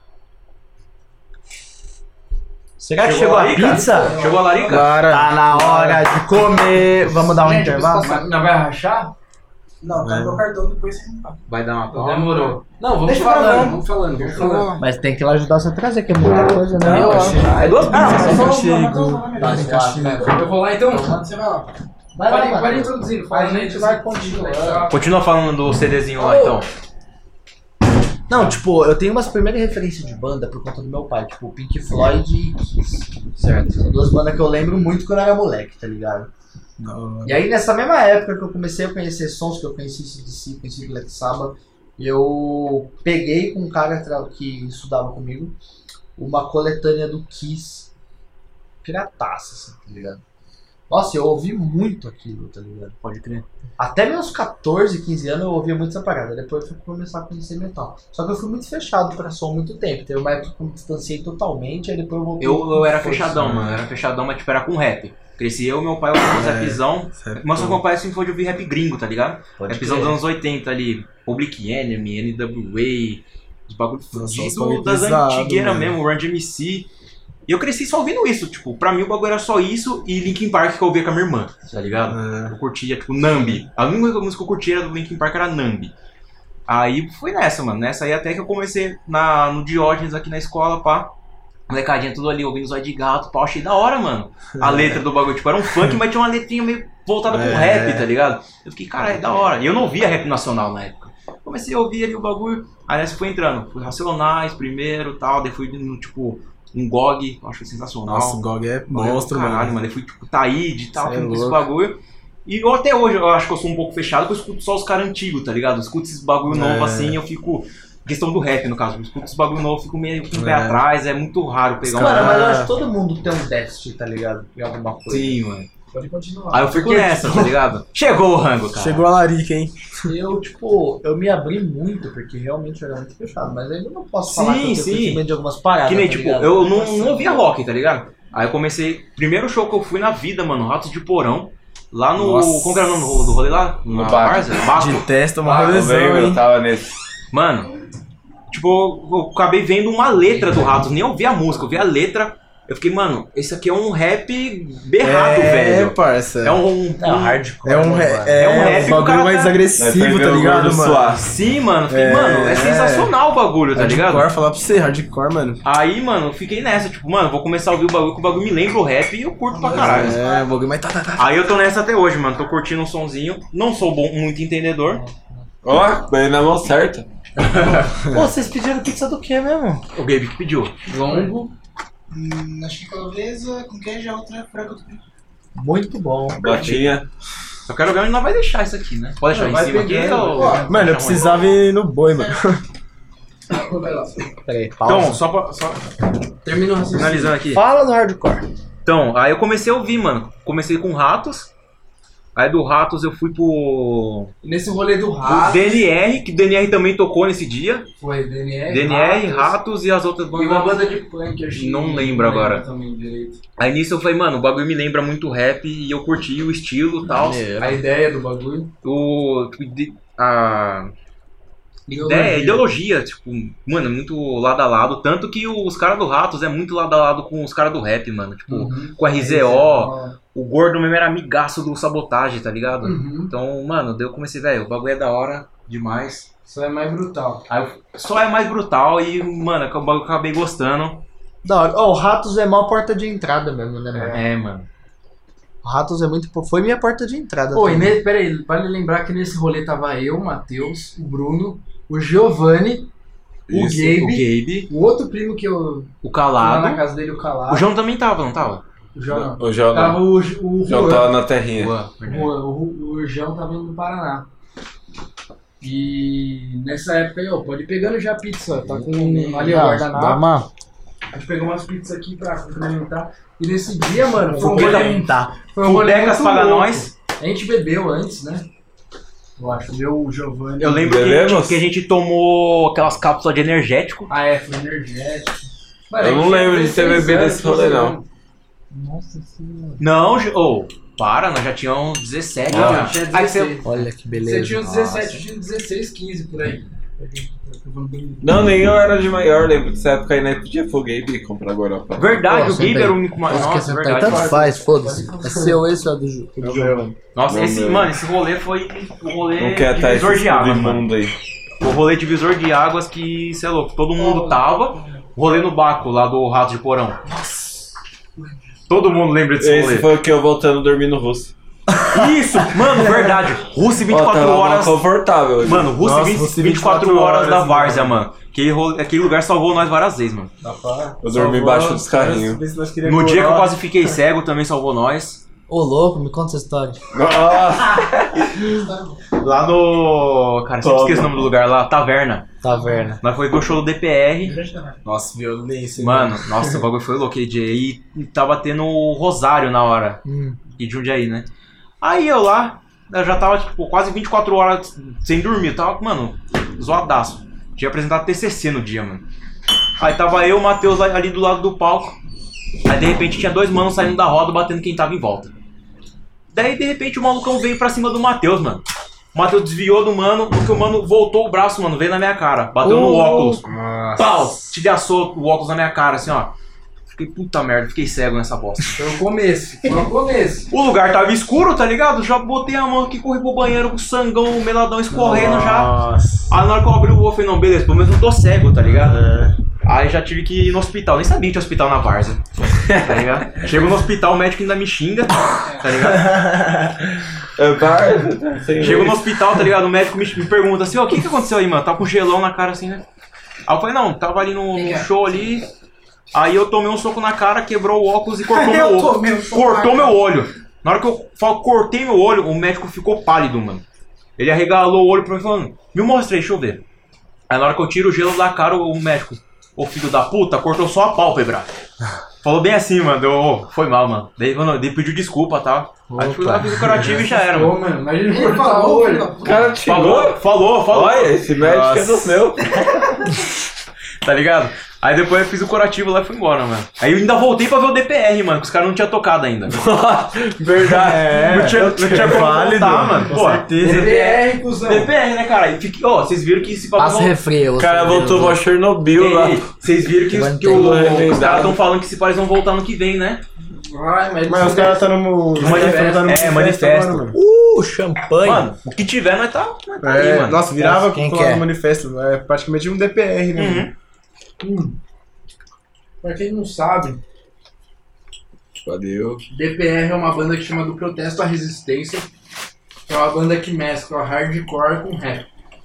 Será que chegou a larica? pizza? Chegou a larica? Agora. Tá na hora de comer. Vamos dar um Gente, intervalo? eu preciso Não vai rachar? Não, tá no meu cartão, depois você me paga. Vai dar uma pausa. Demorou. Não, vamos Deixa falando, gravando. vamos falando. Mas tem que ir lá ajudar você a trazer, que é muita coisa, né? É 2 pizzas. Eu vou lá então. Você vai lá. Vai introduzindo. A gente vai continuar. Continua falando do CDzinho lá, então. Não, tipo, eu tenho umas primeiras referências de banda por conta do meu pai, tipo Pink Floyd e Kiss. Certo. São duas bandas que eu lembro muito quando eu era moleque, tá ligado? Não. E aí nessa mesma época que eu comecei a conhecer sons, que eu conheci CDC, conheci Black Sabbath, eu peguei com um cara que estudava comigo uma coletânea do Kiss pirataça, assim, tá ligado? Nossa, eu ouvi muito aquilo, tá ligado? Pode crer. Até meus 14, 15 anos eu ouvia muito essa parada. Depois eu fui começar a conhecer metal. Só que eu fui muito fechado pra som há muito tempo. Teve uma época que eu me distanciei totalmente, aí depois eu voltei. Eu era fechadão, mano. Eu era fechadão, mas tipo, era com rap. Cresci eu e meu pai ouvindo rapzão. Mas só que meu pai sempre foi de ouvir rap gringo, tá ligado? Rapzão dos anos 80 ali. Public Enemy, NWA. Os bagulho fudido das antigueiras mesmo, Run DMC. E eu cresci só ouvindo isso, tipo, pra mim o bagulho era só isso e Linkin Park que eu ouvia com a minha irmã, tá ligado? Eu curtia, tipo, Nambi. A única música que eu curtia era do Linkin Park era Nambi. Aí fui nessa, mano. Nessa aí até que eu comecei no Diógenes aqui na escola, pá. Molecadinha tudo ali, ouvindo Zóio de Gato, pá. Achei da hora, mano. A letra do bagulho, tipo, era um funk, mas tinha uma letrinha meio voltada pro rap, tá ligado? Eu fiquei, caralho, é da hora. E eu não ouvia rap nacional na época. Comecei a ouvir ali o bagulho, aí nessa foi entrando. Fui Racionais primeiro e tal, daí fui no, tipo... Um GOG, eu acho sensacional. Nossa, o GOG é monstro, caralho, mano. Eu fui tipo Taíde e tal, com esse bagulho. E eu até hoje eu acho que eu sou um pouco fechado, porque eu escuto só os caras antigos, tá ligado? Eu escuto esses bagulho novo assim, eu fico. Questão do rap, no caso. Eu escuto esses bagulho novo, eu fico meio com o pé atrás, é muito raro pegar Cara, mas eu acho que todo mundo tem um déficit, tá ligado? Em alguma coisa. Sim, mano. Pode continuar. Aí eu fico nessa, tá ligado? Chegou o rango, cara. Chegou a larica, hein? Eu, tipo, eu me abri muito, porque realmente eu era muito fechado, mas ainda não posso falar que eu tenho conhecimento de algumas paradas. Que nem, tá tipo, ligado? eu não ouvia rock, tá ligado? Aí eu comecei. Primeiro show que eu fui na vida, mano, Ratos de Porão. Lá no. Nossa. Como que era o nome do rolê lá? No Na Baco. Várzea? Baco. De testa, uma Eu lesão, lembro, eu hein? tava nesse. Mano, tipo, eu acabei vendo uma letra do Ratos, nem ouvi a música, eu vi a letra. Eu fiquei, mano, esse aqui é um rap berrado, velho. É, parça. É um hardcore. É um né, rap que o bagulho cara mais tá- agressivo, tá ligado, mano? Sim, mano. Fiquei, mano, é sensacional o bagulho, tá ligado? Hardcore, falar pra você, hardcore, mano. Aí, mano, eu fiquei nessa, tipo, mano, vou começar a ouvir o bagulho, que o bagulho me lembra o rap e eu curto pra caralho. É, o bagulho mais tá. Aí eu tô nessa até hoje, mano, tô curtindo um sonzinho. Não sou muito entendedor. Ó, bem na mão certa. Pô, vocês pediram pizza do que mesmo? O Gabe que pediu. Longo. Acho que calabresa com queijo, a outra é frango do bico. Muito bom. Eu Botinha. quero ver onde nós vai deixar isso aqui, né? Pode deixar Vai em cima aqui pegando, ou... Mano, eu precisava ir no boi, mano. Vai lá. Peraí, pausa. Então, só Termina o raciocínio. finalizando aqui. Fala do hardcore. Então, aí eu comecei a ouvir, mano. Comecei com Ratos. Aí do Ratos eu fui pro E nesse rolê do do Ratos, DNR, que o DNR também tocou nesse dia. foi DNR, DNR, Ratos e as outras e bandas. uma banda de punk, eu achei. Não lembro agora. Também direito. Aí nisso eu falei, mano, o bagulho me lembra muito rap e eu curti o estilo e tal. A ideia do bagulho. A ideologia, tipo, mano, muito lado a lado. Tanto que os caras do Ratos é muito lado a lado com os caras do rap, mano. Tipo, com a RZO, o Gordo mesmo era amigaço do Sabotagem, tá ligado? Uhum. Então, mano, daí eu comecei, velho, o bagulho é da hora demais. Só é mais brutal. Aí só é mais brutal e, mano, o bagulho eu acabei gostando. Da hora. Ó, o Ratos é mó porta de entrada mesmo, né, mano? É, mano. O Ratos é muito. Foi minha porta de entrada. Pô, e também. peraí, vale lembrar que nesse rolê tava eu, o Matheus, o Bruno, o Giovanni, o Isso, Gabe, o outro primo que eu o tava na Calado. casa dele, o Calado. O João também tava, não tava? O João não. O João Tava não. o O João Juan. tava na terrinha. O João tava indo no Paraná. E nessa época aí, ó, pode ir pegando já a pizza, tá com ali o Dá guardanapo. uma. A gente pegou umas pizzas aqui pra complementar. E nesse dia, mano, foi um Fogueta- rolê, Tá. foi um rolê Fudecas muito para louco. nós. A gente bebeu antes, né? Eu acho, eu, o Giovanni. Eu lembro Bebemos? que a gente tomou aquelas cápsulas de energético. Ah, é, foi energético. Mano, Eu a não gente lembro tinha de ter 16 bebido anos, esse rolê, 15 não. anos. Nossa senhora. Não, para, nós já tínhamos 17 Não, já. eu tinha Aí 16. Olha que Você beleza. tinha uns 17, eu tinha 16, 15 por aí. Não, nem eu era de maior, lembro dessa época aí, né? Podia pro Gabe e comprar agora. Verdade, Pô, o Gabe senta era o aí. único mais. Nossa, Nossa, verdade. tanto faz, foda-se. É seu esse ou é do Ju? Nossa, Não, esse, meu. mano, esse rolê foi o rolê Não quer estar esse divisor de águas, mano. mundo aí. O rolê divisor de águas que, cê é louco, todo mundo tava. Rolê no Baco, lá do Rato de Porão. Todo mundo lembra desse rolê. Esse foi o que eu voltando dormindo no Russo. Isso, mano, verdade. Russo Ó, 24 tava horas. confortável. Mano, Russo Nossa, 20, Russo 24 horas da mano. Várzea, mano. Aquele lugar salvou nós várias vezes, mano. Eu dormi embaixo dos carrinhos. No dia que eu quase fiquei cego, também salvou nós. Ô, louco, me conta essa história. Lá no. Cara, sempre esqueci o nome do lugar lá, Taverna. Taverna. Nós foi ver o show do DPR. Nossa, violência. Mano, nossa, o bagulho foi louco aquele dia. E tava tendo o Rosário na hora. E de onde aí, né? Aí eu lá, eu já tava tipo quase 24 horas sem dormir. Tava, mano, zoadaço. Tinha apresentado TCC no dia, mano. Aí tava eu e o Matheus ali do lado do palco. Aí de repente tinha dois manos saindo da roda batendo quem tava em volta. Daí de repente o malucão veio pra cima do Matheus, mano. O Matheus desviou do mano, porque o mano voltou o braço, mano, veio na minha cara. Bateu no óculos. Pau! Tilhaçou o óculos na minha cara, assim, ó. Fiquei, puta merda, fiquei cego nessa bosta. Foi o começo. Foi o começo. O lugar tava escuro, tá ligado? Já botei a mão aqui, corri pro banheiro com o sangão, o meladão escorrendo já. Nossa. Aí na hora que eu abri o olho, eu falei, não, beleza, pelo menos não tô cego, tá ligado? Aí já tive que ir no hospital, nem sabia que tinha hospital na Várzea, tá ligado? Chego no hospital, o médico ainda me xinga, tá ligado? Chego no hospital, tá ligado? O médico me pergunta assim, ó, o que aconteceu aí, mano? Tá com gelão na cara assim, né? Aí eu falei, não, tava ali no show ali, aí eu tomei um soco na cara, quebrou o óculos e cortou meu olho. Cortou meu olho. Na hora que eu cortei meu olho, o médico ficou pálido, mano. Ele arregalou o olho pra mim falando, me mostra aí, deixa eu ver. Aí na hora que eu tiro o gelo da cara, o médico, ô filho da puta, cortou só a pálpebra. Falou bem assim, mano, foi mal, mano. Daí, mano, ele pediu desculpa, tá? Aí fui lá, fiz o curativo e já era, Ô, mano. mano, imagina Ele cortar o falou, olho. filho da Cara, te Falou. Olha, esse médico é do meu. Tá ligado? Aí depois eu fiz o curativo lá e fui embora, mano. Aí eu ainda voltei pra ver o DPR, mano, que os caras não tinham tocado ainda. Verdade. Não tinha como válido, voltar, mano. com Pô, certeza. DPR, cuzão. DPR, né, cara? E fiquei, ó, vocês viram que esse Passa bagulho... refri. O cara voltou pra Chernobyl lá. Vocês viram que Mantém. os caras estão falando que esse país vão voltar no que vem, né? Ai, Mas os caras estão no manifesto. agora, mano. Champanhe. Mano, o que tiver, nós tá aí, É, mano. nossa, virava Quem com que é? o manifesto. É praticamente um DPR, né? Uhum. Pra quem não sabe, Valeu. DPR é uma banda que chama do Protesto à Resistência. É uma banda que mescla hardcore com rap.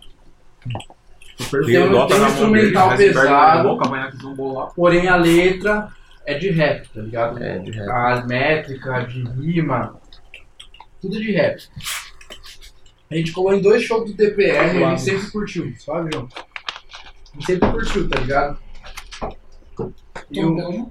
Tem um instrumental pesado, porém a letra é de rap, tá ligado? É, de rap. A métrica, de rima, tudo de rap. A gente colou em 2 shows do DPR e a gente sempre curtiu, sabe, João? A gente sempre curtiu, tá ligado? E o...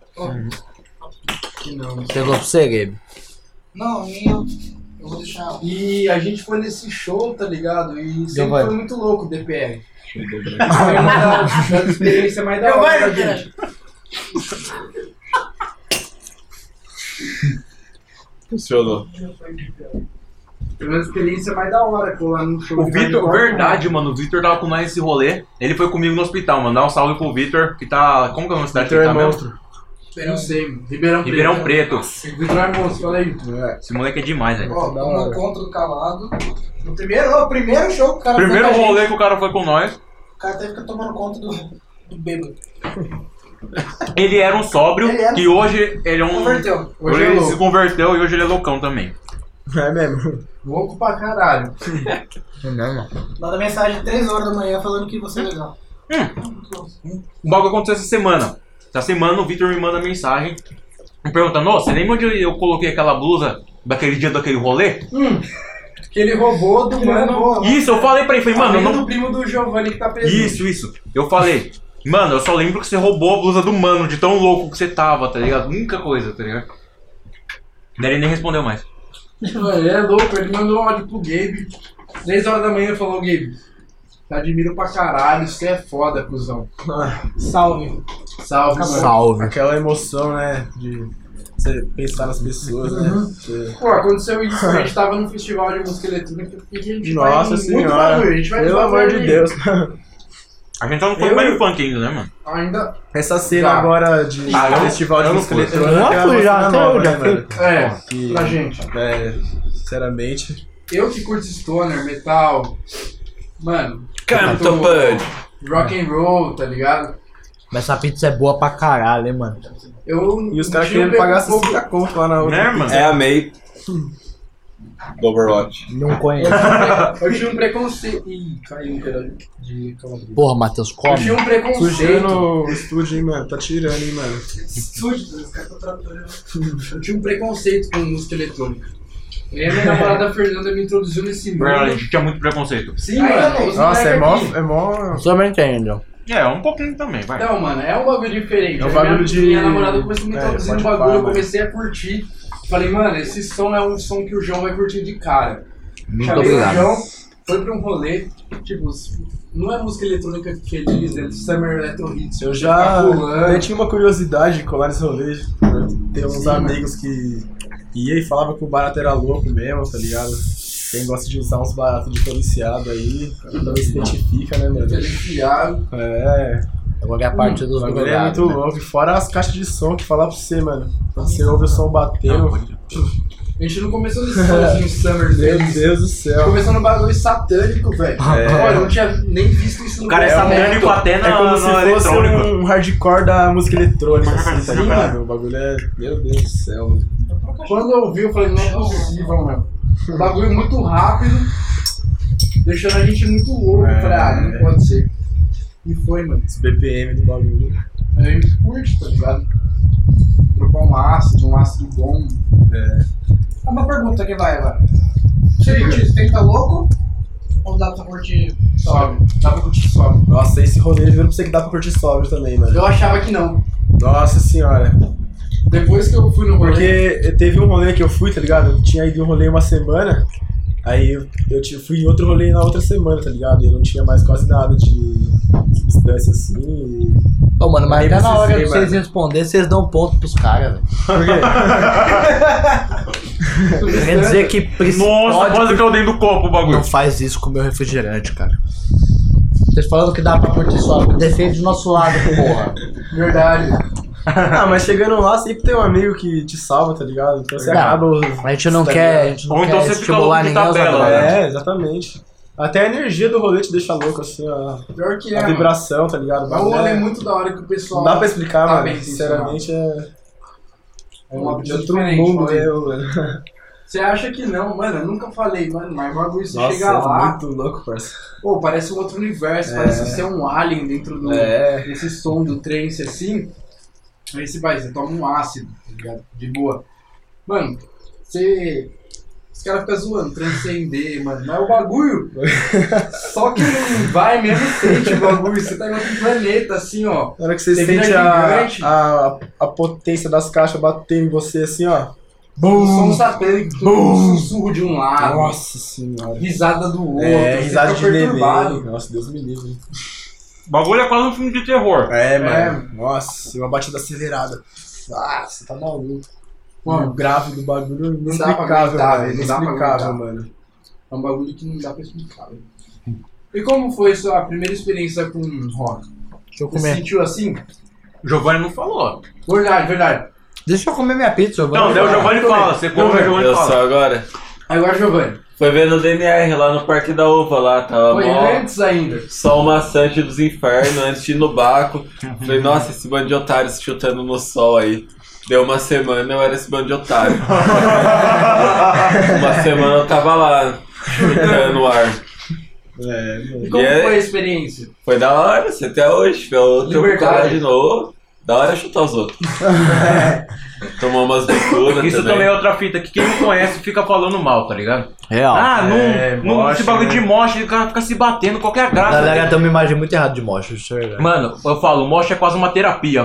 Que não. Pegou pra você, Gabe? Não, eu vou deixar. E a gente foi nesse show, tá ligado? E sempre Giovanni. foi muito louco o DPR. Foi uma das experiências mais da hora da gente. Funcionou. Foi uma experiência mais da hora, pô, lá no show. O de Vitor, hardcore, verdade, mano, o Vitor tava com nós esse rolê. Ele foi comigo no hospital, mano. Dá um salve pro Vitor, que tá. Como que é a cidade que ele tá mesmo? Eu não sei, mano. Ribeirão Preto. Ribeirão Preto. O Vitor é monstro, fala aí. Esse moleque é demais, velho. Ó, no encontro do calado. No primeiro show que o cara Primeiro foi com a rolê gente, que o cara foi com nós. o cara teve que ficar tomando conta do bêbado. Ele era um sóbrio, Ele era que hoje ele é um. Converteu. Hoje Hoje é ele louco. se converteu e hoje ele é loucão também. É mesmo. Louco pra caralho. Não. Manda mensagem 3 horas da manhã falando que você é legal. O bagulho aconteceu essa semana. Essa semana o Vitor me manda mensagem me perguntando, ô, você lembra onde eu coloquei aquela blusa daquele dia daquele rolê? Que ele roubou do mano. Isso, eu falei pra ele, falei, mano, eu Amigo não. do primo do Giovanni que tá preso. Isso. Eu falei, mano, eu só lembro que você roubou a blusa do mano, de tão louco que você tava, tá ligado? Única coisa, tá ligado? Daí ele nem respondeu mais. Ele é louco, ele mandou um áudio pro Gabe. 3 horas da manhã falou, Gabe, te admiro pra caralho, você é foda, cuzão. Salve. Salve, mano. Salve. Aquela emoção, né? De você pensar nas pessoas, né? Pô, aconteceu isso, a gente tava num festival de música eletrônica e a gente Nossa vai em muito senhora, bagulho, a gente vai pelo amor de Deus. A gente tá no baile funk ainda, né, mano? Ainda. Essa cena Já. agora de festival de eu não música fui. eletrônica Eu já fui, já, uma até nova, eu já né, fui. mano? É, Que, pra gente. sinceramente. Eu que curto stoner, metal, mano, Canta, curto Bud. rock and roll, tá ligado? Mas essa pizza é boa pra caralho, hein, mano. Eu E os caras tinha querendo pagar um pouco- 60 conto lá na outra. Né, mano? É a May. Do Overwatch. Não conheço. Eu tinha um preconceito. Ih, caiu um pedaço de calabresa. Porra, Matheus, Eu come. tinha um preconceito. Sujando o estúdio, hein, mano. Tá tirando, hein, mano. Sujo, os caras tão tratando. Eu tinha um preconceito com música eletrônica. E aí minha namorada Fernanda me introduziu nesse mundo. A gente tinha muito preconceito. Sim, Ainda mano. tem. os Nossa, é moleque aqui. mó. Também entendo. É, um pouquinho também, vai. Não, mano, é um bagulho diferente. É um Aí bagulho minha, de- Minha namorada começou a me introduzir no pode bagulho, falar, eu mano. comecei a curtir. Falei, mano, esse som é um som que o João vai curtir de cara. Muito Chamei obrigado. o João, foi pra um rolê, tipo, não é música eletrônica feliz, é Summer Electro Hits. Eu já pulando. eu tinha uma curiosidade de colar nesse rolê. Tem uns Sim, amigos que ia e falava que o barato era louco mesmo, tá ligado? Quem gosta de usar uns baratos diferenciados aí, não se identifica, né, mano? Diferenciado. É, Eu vou ganhar parte o dos bagulho é muito lugares, né? louco. E fora as caixas de som que falar pra você, mano. Quando você ouve o som batendo, A gente não começou nesse somzinho Summer meu feliz. Deus do céu. Começou no bagulho satânico, velho. Olha, eu não tinha nem visto isso no O cara é satânico até É como no se fosse eletrônico. um hardcore da música eletrônica, assim, tá Sim, ligado? O bagulho é. Meu Deus do céu, mano. Quando eu vi, eu falei, não é possível, mano. Um bagulho muito rápido, deixando a gente muito louco. Eu falei, ah, não pode ser. E foi, mano. Os BPM do bagulho. A gente curte, tá ligado? Trocar um ácido bom. Uma pergunta que vai. Você curte, tem que estar louco? Ou dá pra curtir só? Sobe. Dá pra curtir sobe. Nossa, esse rolê virou pra você que dá pra curtir sóbrio também, mano. Eu achava que não. Nossa senhora. Depois que eu fui no rolê. Porque teve um rolê que eu fui, tá ligado? Eu tinha ido em um rolê uma semana, aí eu fui em outro rolê na outra semana, tá ligado? E eu não tinha mais quase nada de substância assim. Ô, mano, mas Nem até na hora precisei, de vocês mano. responder, vocês dão ponto pros caras, velho. Por quê? Quer dizer que Nossa, quase caiu dentro do copo o bagulho. não faz isso com o meu refrigerante, cara. Vocês falando que dá pra curtir só, defende do nosso lado, porra. Verdade. Ah, mas chegando lá sempre tem um amigo que te salva, tá ligado? Então você Não, acaba. A gente não tá quer, a ligado? gente não Ou então quer você fica estimular louco de ninguém a usar tabela, droga. né? É, exatamente. Até a energia do rolê te deixa louco, assim, Pior que é, a mano. vibração, tá ligado? É um rolê muito da hora que o pessoal. Não dá pra explicar, tá mano. bem Sinceramente é uma de pessoa outro diferente, mundo falei. mesmo, mano. Você acha que não, mano? Eu nunca falei, mano, mas o bagulho você Nossa, chega lá, é muito louco, parceiro. pô, parece um outro universo, parece ser um alien dentro desse som do trance assim. Aí você toma um ácido, tá ligado? De boa. Mano, os caras ficam zoando, transcender, mano. Mas o bagulho, só que não vai mesmo sente o bagulho. Você tá em outro planeta, assim, ó. Na hora que você Você sente vira gigante. a potência das caixas batendo em você, assim, ó. Um som satânico, um sussurro de um lado, Nossa senhora. risada do outro. É, você risada fica de perturbado. neném. Nossa, Deus me livre. O bagulho é quase um filme de terror. É, mano. Nossa, uma batida acelerada. Ah, você tá maluco. Mano, O grave do bagulho é não dá pra inexplicável, aguentar, velho. velho, não dá pra Inexplicável, aguentar. mano. é um bagulho que não dá pra explicar, velho. E como foi sua primeira experiência com rock? Deixa eu Você comer. sentiu assim? O Giovanni não falou. Verdade. Deixa eu comer minha pizza, eu vou. Não, daí o Giovanni fala. Você come, o Giovanni Eu fala. só agora. Agora, Giovanni. Foi ver no DNR lá no Parque da Uva lá, tava Foi mó antes ainda. sol maçante dos infernos, antes de ir no Baco. Falei, nossa, esse bando de otários chutando no sol aí. Deu uma semana, eu era esse bando de otário. Uma semana eu tava lá, chutando no ar. É, mano. E como E é- foi a experiência? Foi da hora, você até hoje, foi outro Liberdade. de novo. Da hora é chutar os outros. Tomou umas bicudas Isso também é outra fita que quem não conhece fica falando mal, tá ligado? Real. Ah, não, moche, esse bagulho né? de moche, o cara fica se batendo, qualquer A graça. galera tem uma imagem muito errada de mocha, isso é verdade. Mano, eu falo, moche é quase uma terapia, velho.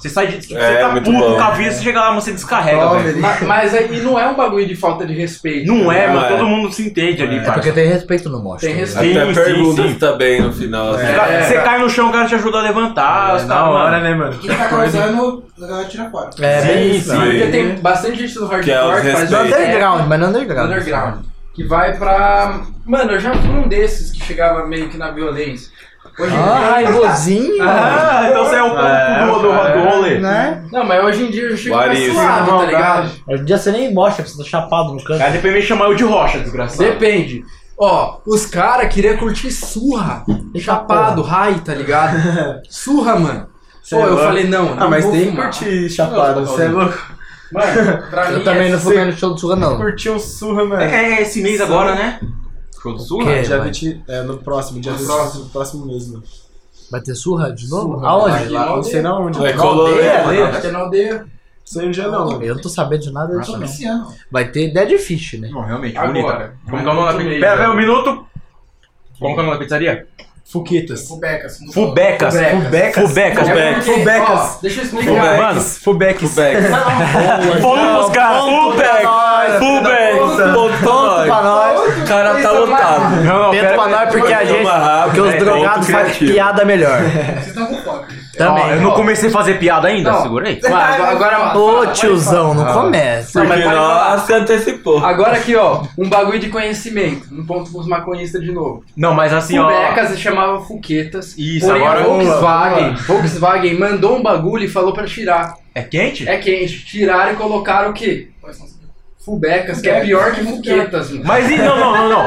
Você sai de. Você É, tá muito puto bom. com a vida, você chega lá, você descarrega, velho. Mas aí não é um bagulho de falta de respeito. Não é, Não mas é. todo mundo se entende ali, É porque parça. tem respeito no mosh. Tem tá ligado? respeito. Até Sim, perguntas sim. também no final. assim. Você cai no chão, o cara te ajuda a levantar. os Na caras, hora, mano. né, mano? Quem tá causando, a galera tira fora. É, bem Sim, isso. sim. Porque tem bastante gente do Que é os hardcore que faz No respeito. underground, mas no underground. underground. Que vai pra. Mano, eu já fui um desses que chegava meio que na violência. Hoje em Ah, dia. raivosinho. Ah, então você é o ponto do rolê. Né? Não, mas hoje em dia eu chego mais Variz. suave, tá ligado? Hoje em dia você nem mostra, você tá chapado no canto. Aí depois vem chamar eu de rocha, desgraçado. Depende. Ó, os caras queriam curtir surra. Chapado, high, tá ligado? Surra, mano. Cê Pô, é eu louco. falei, não. Ah, mas vou tem que fumar. curtir chapado, você é louco. Mano, pra mim Eu também não é fui no show do Surra, não. Curtir um surra, mano. É esse mês agora, né? Show do Sul? quê? Dia vai. 20, no próximo, dia 20, no próximo mês, mano. Vai ter Surra de novo? Surra. Aonde? Vai. Lá, não sei na onde. Vai Não colorido. Acho que é na aldeia. sei um dia não, mano. Eu não tô sabendo de nada disso, não. Esse ano. Vai ter Dead Fish, né? Não, realmente, Agora. bonita. Como que é o nome da Muito pizzaria? meio, Pera, um minuto. Como que é o nome da pizzaria? Fuquetas. Fubecas. Fubecas. Fubecas. Fubecas. É porque, Fubecas. ó, deixa eu explicar. Mano, Fubex. vamos, cara. Fubecas. Ponto pra nós. O cara tá lotado. Não, Ponto pra nós porque a gente. Porque os drogados fazem piada melhor. Vocês estão com fome. Também. Eu não comecei a fazer piada ainda, Não. segurei. Agora, Ô tiozão, não começa. Não, mas Porque pode falar. nós se antecipou. Agora aqui, ó, um bagulho de conhecimento. Um ponto pros maconhistas de novo. Não, mas assim, ó. Fubecas se chamava Fuquetas. Isso, porém agora- a Volkswagen mandou um bagulho e falou pra tirar. É quente? É quente. Tiraram e colocaram o quê? Fubecas, que é pior que Fuquetas, mano. Mas não.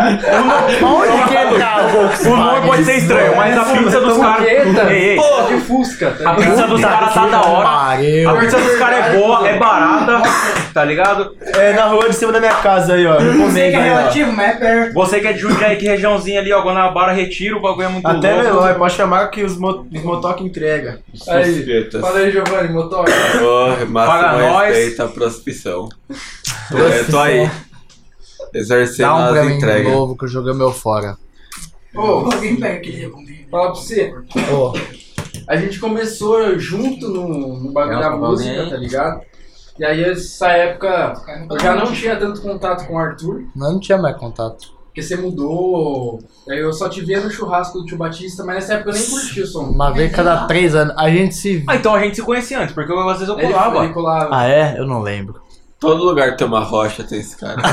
Onde que ele tá? O nome pode ser estranho, mas a pizza dos caras. Fuquetas, Ei, ei. porra de Fusca, tá A ligado? pizza dos caras tá da hora. A pizza dos caras é boa, é barata, tá ligado? É na rua de cima da minha casa aí, ó. Você Recomendo que é aí, ó. relativo, mas é perto. Você que é de Jundiaí, que regiãozinha ali, ó, Guanabara, Retiro, o bagulho é muito Até louco. Melói, pode chamar que os motoca entrega. Aí, Fusquetas. fala aí, Giovanni, motor. Oh, máximo Paga nós. respeito à prostituição. Eu tô aí. Exercendo Dá um pra as mim de entregas. novo que eu joguei o meu fora. Ô, Alguém pega aquele bombinho. falar pra você. Ô, A gente começou junto no bagulho da música, tá ligado? E aí, essa época, eu já não tinha tanto contato com o Arthur, não tinha mais contato. porque você mudou. Aí eu só te via no churrasco do Tio Batista, mas nessa época eu nem curti o som. Uma vez cada 3 anos. A gente se. Ah, então a gente se conhecia antes, porque às vezes eu Ele colava. colava. Ah, é? Eu não lembro. Todo lugar que tem uma rocha tem esse cara.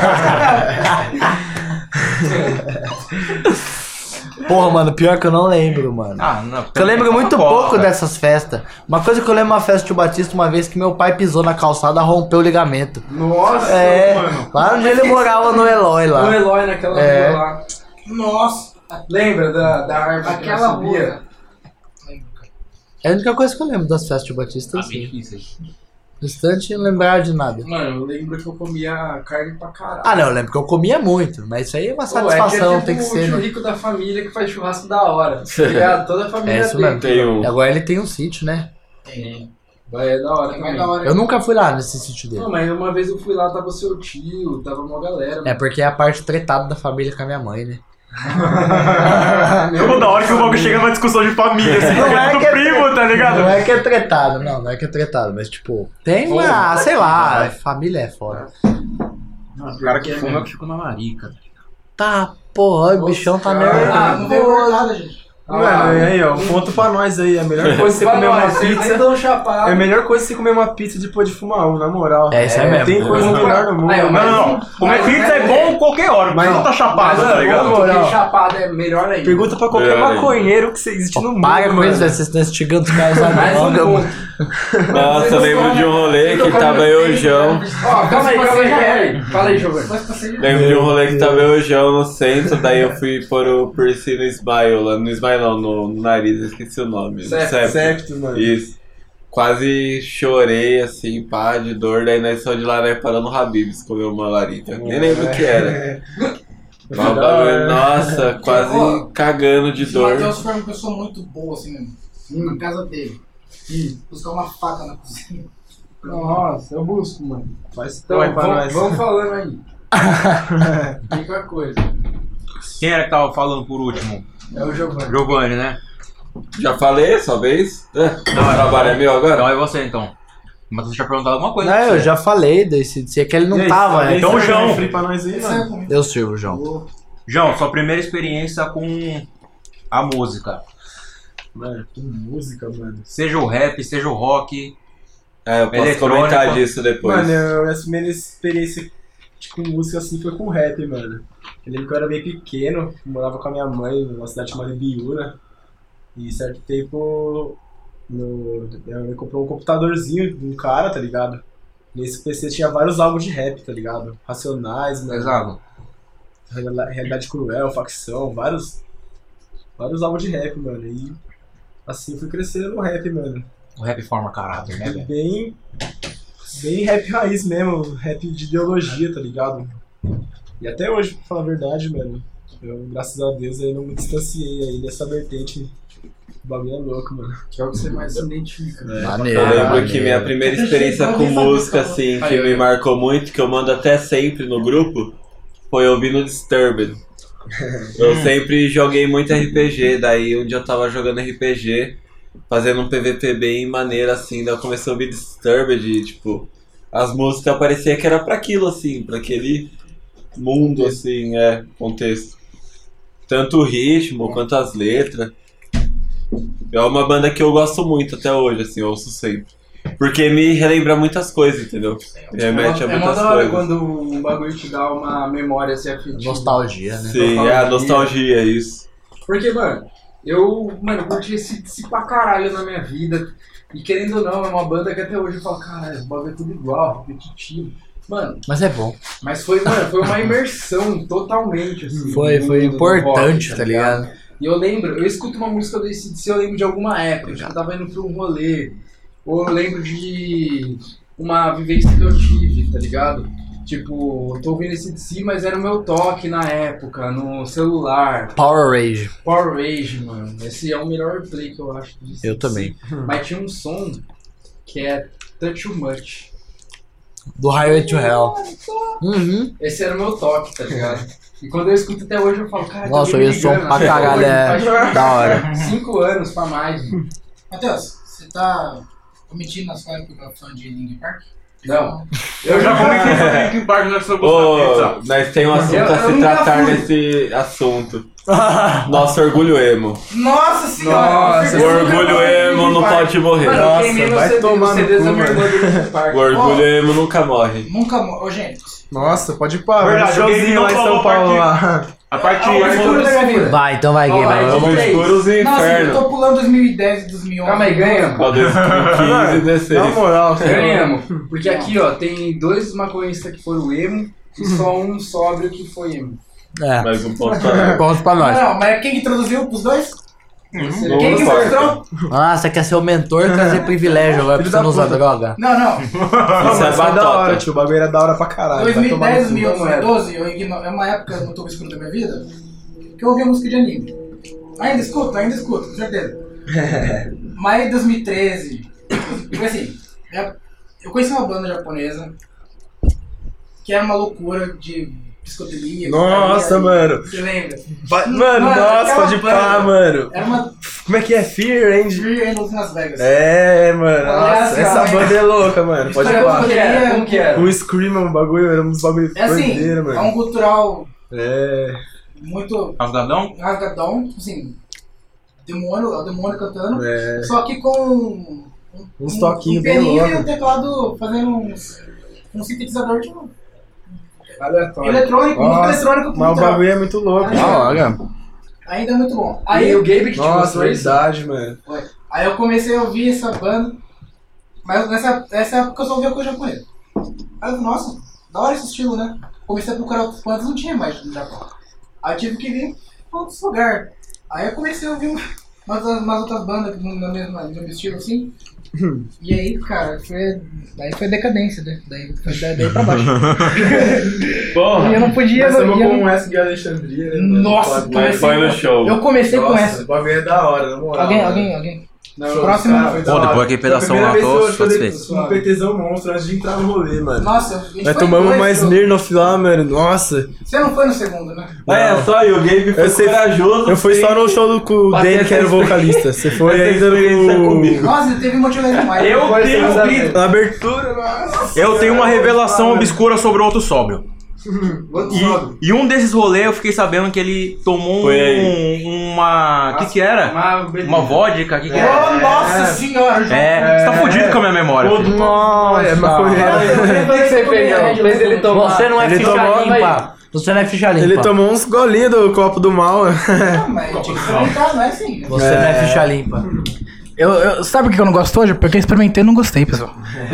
Porra, mano, pior que eu não lembro, mano. Ah, não. Eu lembro muito Coca-Cola, pouco cara. dessas festas. Uma coisa que eu lembro uma festa do Tio Batista uma vez que meu pai pisou na calçada e rompeu o ligamento. Nossa, É, mano. lá onde ele morava no Eloy No lá. Eloy, naquela É. rua lá. Nossa. Lembra da árvore Aquela que nós subia? rua. É a única coisa que eu lembro das festas do Tio Batista, assim. No restante, eu não lembrava de nada. Mano, eu lembro que eu comia carne pra caralho. Ah, não, eu lembro que eu comia muito, mas isso aí é uma Pô, satisfação, é que é tem que tipo ser, o tio né? rico da família que faz churrasco da hora. Tá ligado? Toda a família É isso tem. mesmo. Tem um. E agora ele tem um sítio, né? Vai, é da hora Tem também. mais da hora. Eu nunca fui lá nesse sítio dele. Não, mas uma vez eu fui lá, tava seu tio, tava uma galera. É porque é a parte tretada da família com a minha mãe, né? Toda hora que o bagulho chega numa discussão de família, assim, Não é do que é- primo, tá ligado? Não é que é tretado, não é que é tretado, mas tipo, tem uma, sei lá, família é foda. O cara que fuma é o que fica na larica. Tá, porra, o bichão tá cara. Não veio nervoso. nada, gente. Mano, e aí, ó, ponto pra nós aí. A melhor coisa é você comer uma pizza. É a melhor coisa você comer uma pizza depois de fumar um, na moral. É, isso é mesmo. Tem coisa melhor no mundo. Aí, ó, Não. Comer pizza é bom qualquer hora, mas não tá chapado, tá ligado? Porque chapado é melhor ainda. Pergunta pra qualquer Melhor ainda. maconheiro que existe no mundo. Para com mano. isso, vocês estão instigando os caras a Mais um droga, ponto. Nossa, eu lembro de um rolê que tava eu e o João. Ó, calma aí. Fala aí, Giovanni. Lembro de um rolê que tava eu e o João no centro, daí eu fui pôr o piercing no Smile, lá no Smile não, no nariz, eu esqueci o nome. No septo. Septo, mano. Isso. Quase chorei assim, pá, de dor, daí nós só de lá, nós paramos no Habib's, comeu uma larica. Nem lembro o que era. Mas o bagulho, nossa, quase cagando de Se o dor. Matheus for uma pessoa muito boa, assim mesmo. Na casa dele. E buscar uma faca na cozinha. Nossa, eu busco, mano. Faz Então, então, pra nós. vamos falando aí. Fica a coisa. Quem era que tava falando por último? É o Giovanni. Giovanni, né? Já falei, sua vez. O trabalho é meu agora? Então é você, então. Mas você tinha perguntado alguma coisa. Não, pra eu você. já falei desse, é que ele não tava, né? Então, João. Free pra nós aí, mano. Eu sirvo, João. João, sua primeira experiência com a música. Mano, que música, mano. Seja o rap, seja o rock. Eu posso Eletrônico. comentar disso depois. Mano, minha primeira experiência com música assim foi com rap, mano. Eu lembro que eu era bem pequeno, morava com a minha mãe numa cidade chamada Ibiúna. E certo tempo minha mãe comprou um computadorzinho de um cara, tá ligado? Nesse PC tinha vários álbuns de rap, tá ligado? Racionais, mano. Exato. Realidade Cruel, Facção, vários álbuns de rap, mano. E assim eu fui crescendo no rap, mano. O rap forma caráter, né, velho? Bem rap raiz mesmo, rap de ideologia, tá ligado? E até hoje, pra falar a verdade, mano, eu, graças a Deus, aí não me distanciei aí dessa vertente. O bagulho é louco, mano. Que é o que você mais se identifica. Maneiro. Eu lembro maneiro. que minha primeira experiência com música, assim, que me marcou muito, que eu mando até sempre no grupo, foi ouvindo Disturbed. Eu sempre joguei muito RPG, daí um dia eu tava jogando RPG, fazendo um PVP bem maneiro, assim, daí eu comecei a ouvir Disturbed e, tipo, as músicas parecia que era pra aquilo, assim, pra aquele mundo, assim, contexto. Tanto o ritmo quanto as letras. É uma banda que eu gosto muito até hoje, assim, eu ouço sempre. Porque me relembra muitas coisas, entendeu? Me remete a É mó muitas da hora coisas. quando um bagulho te dá uma memória assim afetiva. Nostalgia, né? Sim, é a nostalgia, isso. Porque, mano, eu curti esse pra caralho na minha vida. E querendo ou não, é uma banda que até hoje eu falo, caralho, o bagulho é tudo igual, repetitivo. Mano, Mas é bom. mas foi uma imersão totalmente, assim. Foi no mundo do importante, rock, tá ligado? E eu lembro, eu escuto uma música do AC/DC, eu lembro de alguma época, tipo, eu tava indo pra um rolê, ou eu lembro de uma vivência que eu tive, tá ligado? Tipo, eu tô ouvindo AC/DC, mas era o meu toque na época, no celular. Power Rage. Power Rage, mano, esse é o melhor play que eu acho. Do AC/DC. Eu também. Mas tinha um som que é Touch Too Much. Do Highway to Hell. Uhum. Esse era o meu toque, tá ligado? E quando eu escuto até hoje, eu falo, cara, Nossa, tô eu me ia som ligando, pra assim, caralho, é faz da hora. 5 anos pra mais, mano. Matheus, você tá omitindo na sua época fã de Linkin Park? Não. Eu já comentei sobre Linkin Park na sua Ô, nós temos um assunto Eu a se nunca tratar fui. nesse assunto. Nosso orgulho emo. Nossa senhora! Nossa, O orgulho emo não pode morrer. Mano, eu queimei meu vai CD, tomar no CDs cu, da minha irmã mano. do Linkin Park. O orgulho emo nunca morre. Nunca. Ô, gente. Nossa, pode ir pra Verdade, showzinho lá em São Paulo lá. A parte Ah, o escuro da minha vida. Vai, então vai, Gay. Ó, Vai. vai, Vamos três. escuros e Nossa, eu inferno. tô pulando 2010 e 2011. Calma aí, ganha. Ó, 2015 e 16. Na moral, Ganhamos. Porque aqui, ó, tem 2 maconhistas que foram emo e só um sóbrio que foi emo. É. Mais um ponto pra Pontos pra nós. Não, mas quem que introduziu os dois? Não Quem que importa. mostrou? Ah, você quer ser o mentor, trazer privilégio agora pra você não usar droga? Não, não. Isso Mas é foi da hora, batata. tio. O bagulho era da hora pra caralho. vai tomar 2010, no cu. 2011, 2012, é uma época no topo escuro da minha vida que eu ouvia música de anime. Ainda escuto, com certeza. Mas em 2013, tipo assim, eu conheci uma banda japonesa que era uma loucura de psicodelia. Nossa, putaria. mano. Você lembra? Mano, nossa, aquela pode pá, banda mano. Era uma Como é que é? Fear Angel? Free Angels Las Vegas. É, mano. Aliás, Nossa, essa cara, banda é louca, mano. Pode História pá. boa. Como que era? O Scream, um bagulho, era uns bagulho É assim, doideira, é mano. um cultural É. muito Rasgadão? rasgadão, tipo assim, o demônio cantando, É. só que com Uns toquinhos um bem pianinho e loucos. um teclado fazendo um sintetizador tipo Aleatório. eletrônico, música Nossa, eletrônica Mas o cultural. bagulho é muito louco. Da hora. Ainda é muito bom. Aí Aí, o Gabe que te Nossa, mostrou isso? verdade, mano. aí eu comecei a ouvir essa banda, mas nessa época eu só ouvia coisa japonesa. Aí eu falei, nossa, da hora esse estilo, né? Comecei a procurar outras bandas, não tinha mais no Japão. Aí eu tive que vir pra outros lugares. Aí eu comecei a ouvir umas outras bandas no mesmo estilo assim. E aí, cara, daí foi decadência, né? Daí foi daí pra baixo. Porra, E eu não podia. Nós estamos e eu com não- o S de Alexandria, né? mano? Nossa, mas foi no show. Eu comecei com Nossa, essa. o bagulho é da hora, na moral. Alguém. mano. Não, Próximo. cara, foi da Pô, hora. depois aquele pedação lá, tô satisfeito. Um PTzão monstro antes de entrar no rolê, mano. Nossa, a gente Nós foi tomamos dois, mais eu- Smirnoff lá, mano. Nossa. Você não foi no segundo, né? É, só eu, o Gabe foi Eu sei- corajoso. Eu fui só no show do com o Pra ter Danny, que era o essa vocalista. Você foi essa ainda experiência no... comigo. Nossa, ele teve um motivo demais. Eu Foi tenho segunda ouvido. vez. Na abertura, nossa. Eu tenho uma revelação obscura sobre o outro sóbrio. Outro sobe. E um desses rolês eu fiquei sabendo que ele tomou Foi aí. uma... O que era? Uma vodka? O que era? Oh, nossa senhora, João. É, você tá fudido com a minha memória. filho. Nossa, é O maconheiro. que você fez? Fez ele tomar. Você não é Ele ficha tomou- limpa. Você não é ficha limpa. Ele tomou uns golinhos do copo do mal. Não, mas tinha que experimentar, não é assim. Você não é ficha limpa. Sabe o que eu não gosto hoje? Porque eu experimentei e não gostei, pessoal.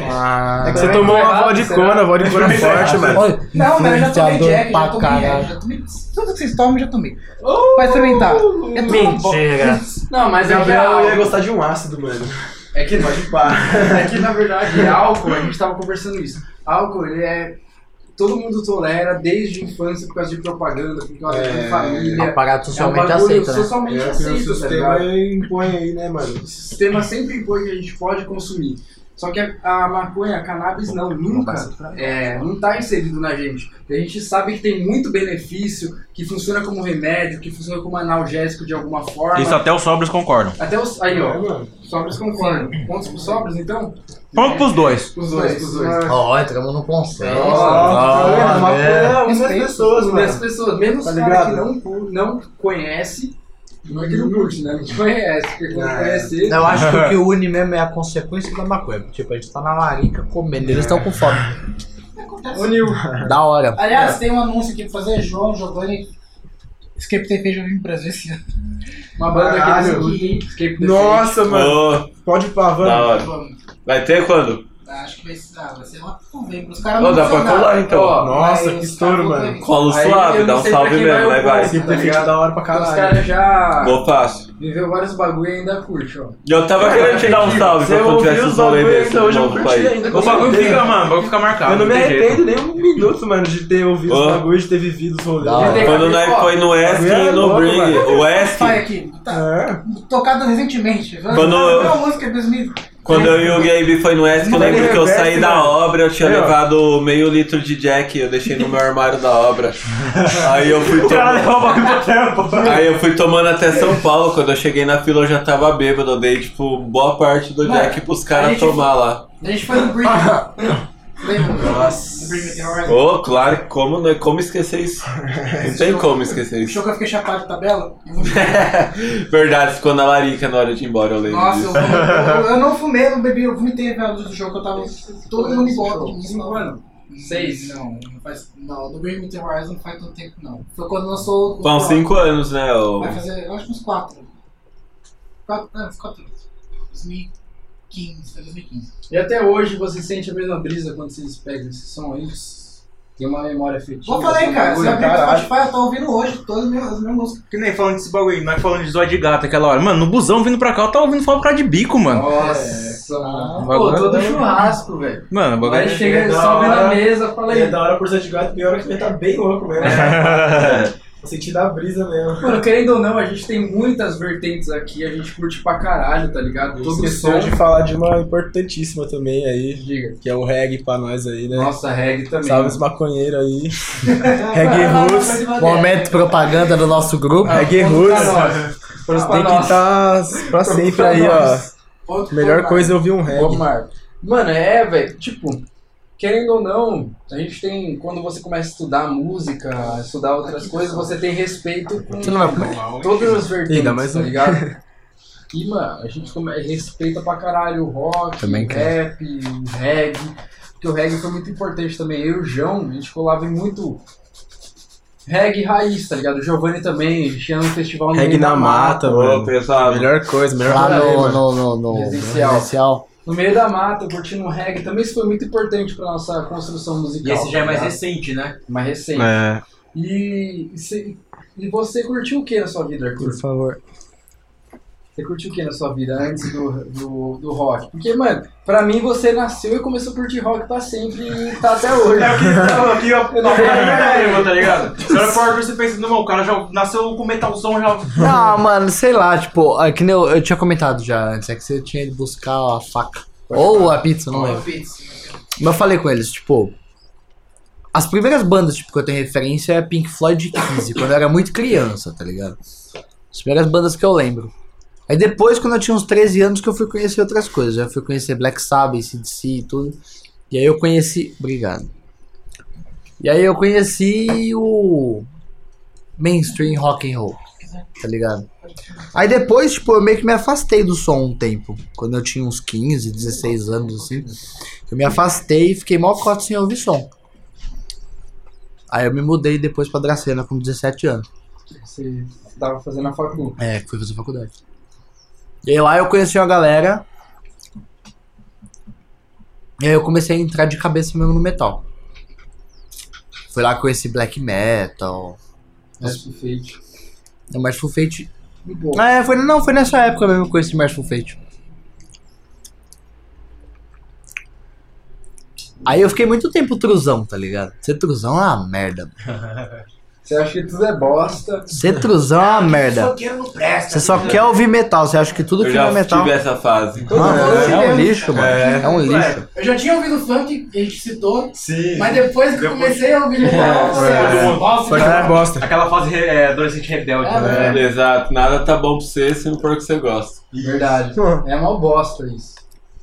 É que você tomou uma vodicona forte, mano. Olha, Não, mas eu já tomei influenciador Jack, já pra tomei caralho. Jack, já tomei. Tudo que vocês tomam, eu já tomei. Vai experimentar. É tudo bom. Mentira. Não, mas é que Gabriel ia álcool. gostar de um ácido, mano. É que, Pode parar. é que na verdade, álcool, a gente tava conversando isso. Álcool, ele é. Todo mundo tolera desde a infância por causa de propaganda, por causa de família. Aparato socialmente é um bagulho aceita, né? socialmente É o que o aceito, tá sistema ligado? impõe aí, né, mano? O sistema sempre impõe que a gente pode consumir. Só que a maconha, a cannabis não, nunca não tá inserido na gente. A gente sabe que tem muito benefício, que funciona como remédio, que funciona como analgésico de alguma forma. Isso até os sóbrios concordam. Até os. Aí, ó. mano. Sobres concordam. Pontos pros sobres, então? Pronto pros dois. Os dois, os dois. Ó, entramos no consenso. Nossa, Ó, muitas pessoas, E as mano. pessoas, menos Tá os caras que ligado? não conhece, não é que não curte, né? A gente conhece, porque quando conhecer. Eu acho que o que une mesmo é a consequência da maconha. Tipo, a gente tá na larica comendo, eles estão com fome. Acontece. Uniu. Da hora. Aliás, tem um anúncio aqui pra fazer. João, Giovanni. Escape TV já veio no Brasil esse ano. Uma banda que Caralho. eles escutam, Escape the Nossa, mano. Ô, Pode ir pra da van. hora. Vamos. Vai ter quando? Acho que vai ser lá pro novembro. Os caras Ô, não dá pra dizem nada. colar então. Ó, Nossa, Mas que os estouro, caras mano. vão ver. Colo Aí, suave, eu dá não um sei pra salve quem mesmo, vai vai. o Sempre tá fica ligado? da hora pra Os caralho. caras já Vou fácil. viveu vários bagulho e ainda curte, ó. Eu tava querendo te dar um salve Você pra quando ouviu tivesse os os rolês bagulho desse ainda, hoje eu novo curti país. ainda. O bagulho fica, mano, o bagulho fica marcado. Eu não me tem jeito. arrependo nem um minuto, mano, de ter ouvido Ô. os bagulhos, de ter vivido os rolês. Da hora. Quando nós foi no Esk É e no louco, Bring, mano. o Esk, Pai aqui. Tá É. tocado recentemente. Quando- Uma música de 2000. quando eu e o Gabe foi no Esk, eu lembro que eu saí da obra, eu tinha Aí, ó. levado meio litro de Jack, eu deixei no meu armário da obra. Aí eu fui O cara tomando. levou o bagulho pro tempo. Aí eu fui tomando até São Paulo, quando eu cheguei na fila eu já tava bêbado, eu dei tipo boa parte do Jack pros a caras gente- tomar lá. A gente foi no Bring. Lembra? Nossa. No Bring Me The Horizon. Ô, claro, como esquecer isso? Não tem como esquecer O isso. show que eu fiquei chapado de tabela. Eu vou- Verdade, ficou na larica na hora de ir embora, eu lembro Nossa, disso. eu não fumei, eu não bebi, eu vomitei velho do jogo que eu tava todo mundo em volta de mim. 5 anos. 6. Não, não faz. Não, do Bring Me The Horizon não faz tanto tempo, não. Foi quando lançou. São 5 anos, né? Vai fazer, eu acho que uns 4. Uns 4 anos. 2015, foi 2015. E até hoje você sente a mesma brisa quando vocês pegam esse som aí? Tem uma memória afetiva. Vou falar aí, tem um cara, bagulho, você abrir o caralho. Spotify, eu tô ouvindo hoje todas as minhas músicas. Que nem falando desse bagulho, nós falando de zóio de gato aquela hora. Mano, no busão vindo pra cá, eu tava ouvindo falar por causa de bico, mano. Nossa, mano. bagulho Pô, todo é- churrasco, velho. Mano, o bagulho Aí é... chega, é da sobe na hora. mesa, fala É aí. da hora por ser de gato, pior que ele tá bem louco mesmo. Eu senti da brisa mesmo. Mano, querendo ou não, a gente tem muitas vertentes aqui, a gente curte pra caralho, tá ligado? Todo Esqueceu som. de falar de uma importantíssima também aí, Diga. que é o reggae pra nós aí, né? Nossa, reggae também. Salve os maconheiros aí. Reggae Roots. Momento propaganda do nosso grupo. Reggae Roots. Tem que estar pra sempre aí, ó. Melhor coisa é ouvir um Bob reggae. Marley. Mano, velho, tipo, querendo ou não, a gente tem, quando você começa a estudar música, estudar outras coisas, você tem respeito com Você não vai comer? todas as vertentes, Ih, dá mais tá um. ligado? E, mano, a gente respeita pra caralho o rock, Também o rap, o reggae, porque o reggae foi muito importante também. Eu e o João, a gente colava em muito reggae raiz, tá ligado? O Giovanni também, a gente ia num festival no Reggae meio da na mata, Ô, mano. pesado. Melhor coisa, melhor Lá rolê, no, mano. no Residencial. residencial. No meio da mata, curtindo um reggae, também isso foi muito importante pra nossa construção musical. E esse já é tá mais ligado? recente, né? Mais recente. É, E você curtiu o que na sua vida, Arthur? por favor. Você curtiu o que na sua vida antes do rock? Porque, mano, pra mim você nasceu e começou a curtir rock pra sempre e tá até hoje. É o que eu tá ligado? Você olha pro Arthur e você pensa, não, o cara já nasceu com metalzão já. Não, mano, sei lá, tipo, que nem eu tinha comentado já antes, é que você tinha ido buscar a faca. Ou a pizza, não lembro. Mas eu falei com eles, tipo, as primeiras bandas tipo, que eu tenho referência é Pink Floyd e Kiss, quando eu era muito criança, tá ligado? As primeiras bandas que eu lembro. Aí depois, quando eu tinha uns 13 anos, que eu fui conhecer outras coisas. Já fui conhecer Black Sabbath, AC/DC e tudo. E aí eu conheci... Obrigado. E aí eu conheci o mainstream rock and roll, tá ligado? Aí depois, tipo, eu meio que me afastei do som um tempo. Quando eu tinha uns 15, 16 anos, assim. Eu me afastei e fiquei mó cota sem ouvir som. Aí eu me mudei depois pra Dracena com 17 anos. Você tava fazendo a faculdade. É, fui fazer faculdade. E aí lá eu conheci uma galera. E aí eu comecei a entrar de cabeça mesmo no metal. Foi lá que eu conheci black metal. Merciful Fate. O Merciful Fate. Bom. Foi nessa época mesmo que eu conheci Merciful Fate. Aí eu fiquei muito tempo truzão, tá ligado? Ser truzão é uma merda. Você acha que tudo é bosta. Ser truzão é uma merda. Você só quer ouvir metal, você acha que tudo Eu que não é já metal... tive essa fase. Mano, é um lixo, mano. É um lixo. Eu já tinha ouvido funk, a gente citou, Sim. mas depois que eu comecei a ouvir metal, eu falei, Só que não é bosta. Aquela fase adolescente rebelde. É, Exato, nada tá bom pra você se não for o que você gosta. Verdade. É uma bosta isso.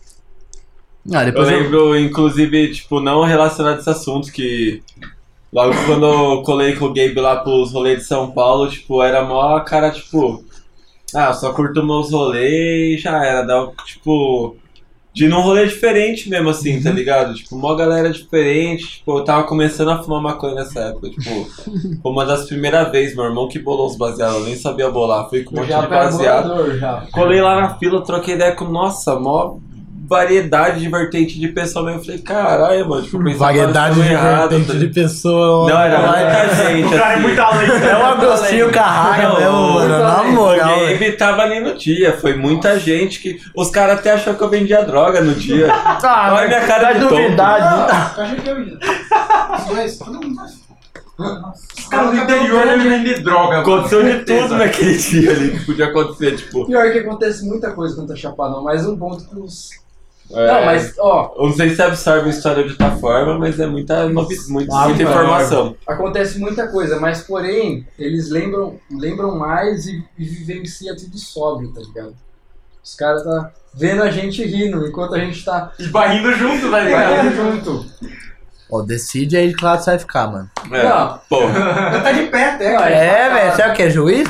Ah, Eu depois lembro, inclusive, tipo, não relacionado a esse assunto, que logo quando eu colei com o Gabe lá pros rolês de São Paulo, tipo, era mó cara, tipo, só curto meus rolês e já era, dá, tipo, de ir num rolê diferente mesmo, assim, tá ligado? Tipo, mó galera diferente, tipo, eu tava começando a fumar maconha nessa época, tipo, foi uma das primeiras vezes, meu irmão que bolou os baseados, eu nem sabia bolar, fui com um monte de baseado, Já. colei lá na fila, troquei ideia com, nossa, mó variedade de vertente de pessoa mesmo. Eu falei, caralho, mano, tipo, eu pensava variedade de errado, vertente de pessoa. Não, era muita gente. O cara é assim. muito além. É o Agostinho Carrara Não, mesmo, mano. Na moral. O Gabe tava ali no dia, foi muita gente que. Os caras até acharam que eu vendia droga no dia. Olha a minha cara de tonto. duvidade. eu achei que eu ia. Os dois, todo mundo. Os caras do interior devem vender droga. Aconteceu de certeza. tudo naquele dia ali que podia acontecer, tipo. Pior que acontece muita coisa quando tá chapadão, mas um ponto pros... É, Não, mas, ó, eu não sei se absorve a história de outra forma, mas é muita muita informação. acontece muita coisa, mas porém, eles lembram mais e vivencia tudo sóbrio, tá ligado? Os caras tá vendo a gente rindo, enquanto a gente tá E barrindo junto, tá ligado? rindo junto. Ó, decide aí de que lado você vai ficar, mano. É, Não. porra. Tá de pé até. Velho, você é o que? É juiz,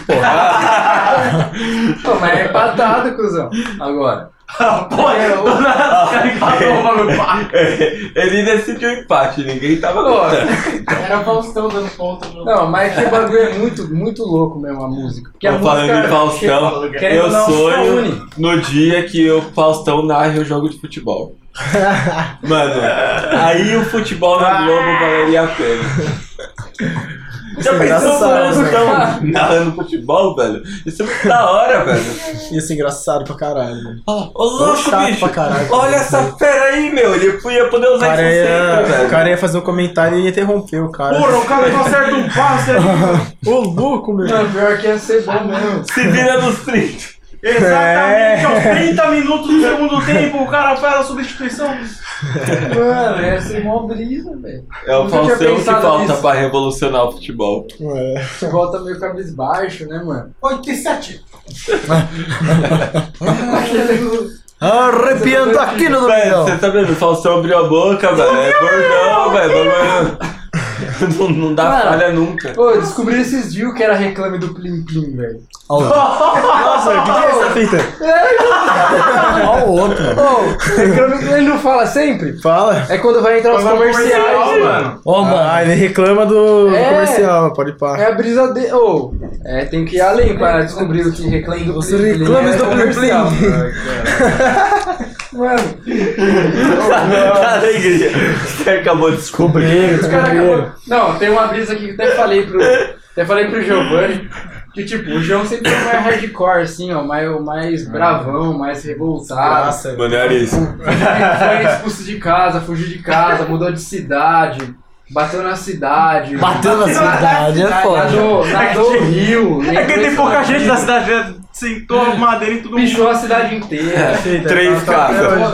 porra? Pô, mas é empatado, cuzão. Agora. Pô, do nada, os caras empatou o bagulho. Pá. Ele decidiu o empate, ninguém tava Pô, gostando. Era o Faustão dando ponta no... não, mas que bagulho é muito, muito louco mesmo a música. Porque a Tô falando música, de Faustão, querendo eu ou não, sonho une. no dia que o Faustão narre o jogo de futebol. Mano, aí o futebol na Globo valeria a pena. Já pensou o Faustão narrando futebol, velho? Isso é muito da hora, velho. Ia ser engraçado pra caralho, mano. Ô louco, chato bicho, pra caralho. olha essa fera aí, meu. Ele ia poder O usar cara, isso sempre, o velho. cara ia fazer um comentário e ia interromper o cara. Porra, o cara não acerta um passe ali. Ô, louco, meu. Não, pior que ia ser bom mesmo. Se vira nos 30. Exatamente, aos 30 minutos do segundo tempo, o cara faz a substituição. Mano, ia ser mó brisa, velho. É o Nunca tinha Faustão que pensado falta nisso. pra revolucionar o futebol. Ué. Você volta meio cabisbaixo, né, mano? 87. Arrepiando aqui no Velho, domingão. você tá vendo? O Faustão abriu a boca, velho. É bordão, velho. Não dá Mano. falha nunca. Pô, eu descobri esses dias que era reclame do Plim Plim, velho. Nossa, o que é essa fita? Olha o outro, mano. Ô, reclame, ele não fala sempre? Fala. É quando vai entrar os comerciais, mano. Ó, mano. Ah, ele reclama do É. comercial, pode pá. É a brisa de... Ô, tem que ir além para descobrir o que reclame do Os Plim Plim. reclames É do Plim comercial. Mano, Que alegria. Você acabou de descobrir. os caras acabam... Não, tem uma brisa aqui que eu até falei pro Giovanni. Que tipo, o João sempre foi mais hardcore, assim, ó, mais bravão, mais revoltado. Nossa, Maneiríssimo. Foi expulso de casa, fugiu de casa, mudou de cidade, bateu na cidade. Bateu na cidade, é foda. Nadou o rio. É que tem pouca gente na cidade, sentou madeira em todo mundo. Pichou a cidade inteira. 3 casas.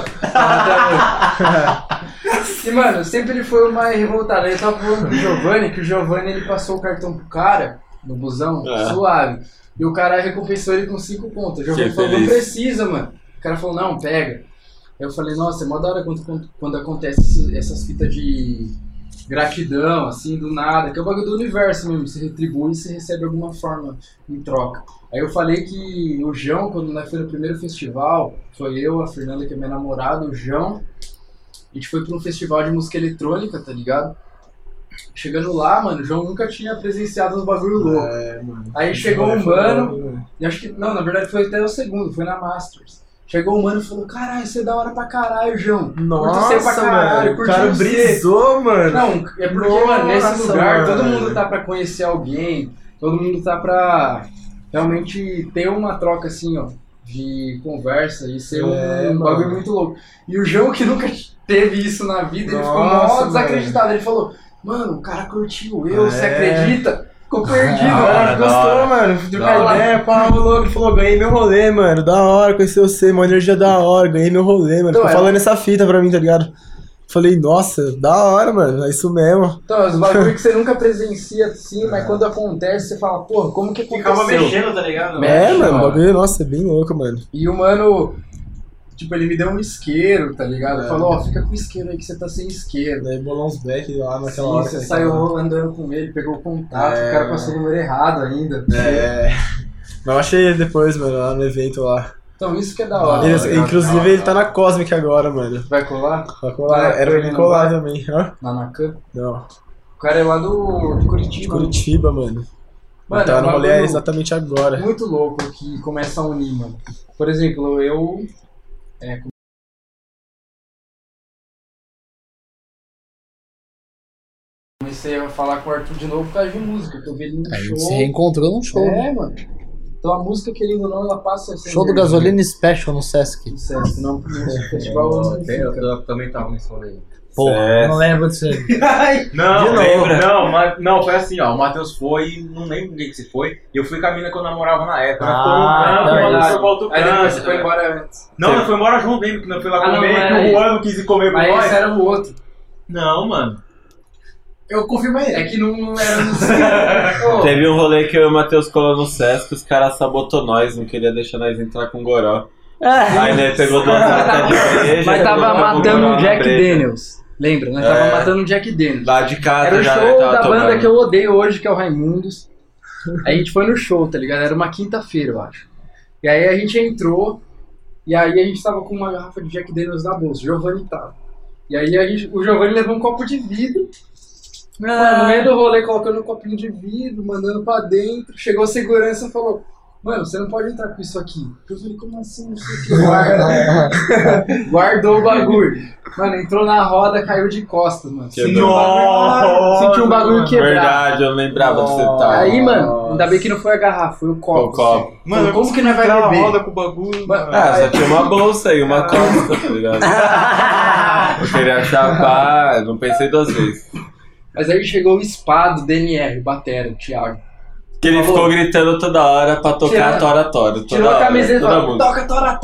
E, mano, sempre ele foi o mais revoltado. Ele tava falando com o Giovanni, que o Giovanni ele passou o cartão pro cara, no busão, suave. E o cara recompensou ele com 5 contas. O Giovanni falou, não precisa, mano. O cara falou, não, pega. Aí eu falei, nossa, é mó da hora quando acontece essas fitas de gratidão, assim, do nada. Que é o bagulho do universo mesmo. Você retribui e você recebe alguma forma em troca. Aí eu falei que o João, quando nós foi no primeiro festival, foi eu, a Fernanda, que é minha namorada, o João. A gente foi pra um festival de música eletrônica, tá ligado? Chegando lá, mano, o João nunca tinha presenciado uns bagulho louco. Aí chegou um mano, e acho que, não, na verdade foi até o segundo, foi na Masters. Chegou um mano e falou, caralho, você é da hora pra caralho, João. Nossa, curte você pra caralho, mano, o cara brisou, mano. Não, é porque, mano, nesse lugar todo mundo tá pra conhecer alguém, todo mundo tá pra realmente ter uma troca assim, ó, de conversa e ser um bagulho muito louco. E o João, que nunca teve isso na vida, ele ficou mó desacreditado. Ele falou, mano, o cara curtiu eu, você acredita? Ficou perdido, mano. Gostou, mano. Trocar ideia, pá, louco. Ele falou, ganhei meu rolê, mano. Da hora, conheci você, uma energia da hora, ganhei meu rolê, mano. Ficou falando essa fita pra mim, tá ligado? Falei, nossa, da hora, mano. É isso mesmo. Então, os bagulho que você nunca presencia assim, mas quando acontece, você fala, porra, como que aconteceu? Ficava mexendo, tá ligado? Mano, o bagulho, nossa, é bem louco, mano. E o mano, tipo, ele me deu um isqueiro, tá ligado? Falou, ó, fica com o isqueiro aí que você tá sem isqueiro. Daí bolou uns back lá naquela Sim, hora. você saiu andando com ele, pegou o contato, o cara passou o número errado ainda. Mas eu achei ele depois, mano, lá no evento lá. Então, isso que é da hora. Inclusive, ele tá na Cosmic agora, mano. Vai colar? Vai colar, era pra ele colar também. Hã? Na Nacan? Não. O cara é lá de Curitiba. De Curitiba, mano. Mano, tá no rolê bagulho exatamente agora. muito louco que começa a unir, mano. Por exemplo, eu... comecei a falar com o Arthur de novo por causa de música, que eu vi ele no A show. gente se reencontrou num show. É, mano. Então a música, querendo ou não, ela passa essa Show do energia. Gasolina Special no Sesc. No Sesc, não, no festival não fica. Eu também tava nesse rolê aí. Porra, não lembro disso aí. Não, De novo. não, foi assim, ó. O Matheus foi, não lembro quem que você foi. E eu fui com a mina que eu namorava na época. Nós ficou no canto, Aí depois você foi embora antes. Não, nós foi embora junto, lembra que nós foi lá Ah, não, comer, não que era o Juan isso. não quis ir comer com Mas nós. esse era o outro. Não, mano. Eu confirmo ele. É que não era no Teve um rolê que eu e o Matheus colou no Sesc, os caras sabotou nós, não queria deixar nós entrar com goró. Aí né, pegou duas latas de breja. Mas tava colocou com matando goró um na Jack breja. Daniels. Lembra? Nós tava matando um Jack Daniels. Lá de casa Era o já show tava da tomando. banda que eu odeio hoje, que é o Raimundos. Aí a gente foi no show, tá ligado? Era uma quinta-feira, eu acho. E aí a gente entrou, e aí a gente tava com uma garrafa de Jack Daniels na bolsa. O Giovanni tava. E aí o Giovanni levou um copo de vidro. Mano, no meio do rolê, colocando um copinho de vidro, mandando pra dentro. Chegou a segurança e falou: mano, você não pode entrar com isso aqui. Eu falei, como assim? Não sei o que. Guarda. Guardou o bagulho. Mano, entrou na roda, caiu de costas, mano. Sentiu um bagulho quebrado. Verdade, eu lembrava do detalhe. Aí, mano, ainda bem que não foi a garrafa, foi o copo. O copo. Mano, como que nós vai na beber? roda com o bagulho. Mano, Só tinha uma bolsa e uma costa, tá ligado? Eu queria chapar, não pensei 2 vezes. Mas aí chegou o Spado, DNR, o batera, o Thiago. Que ele ficou gritando toda hora pra tocar Tora. Tirou a camiseta e falou, toca Tora,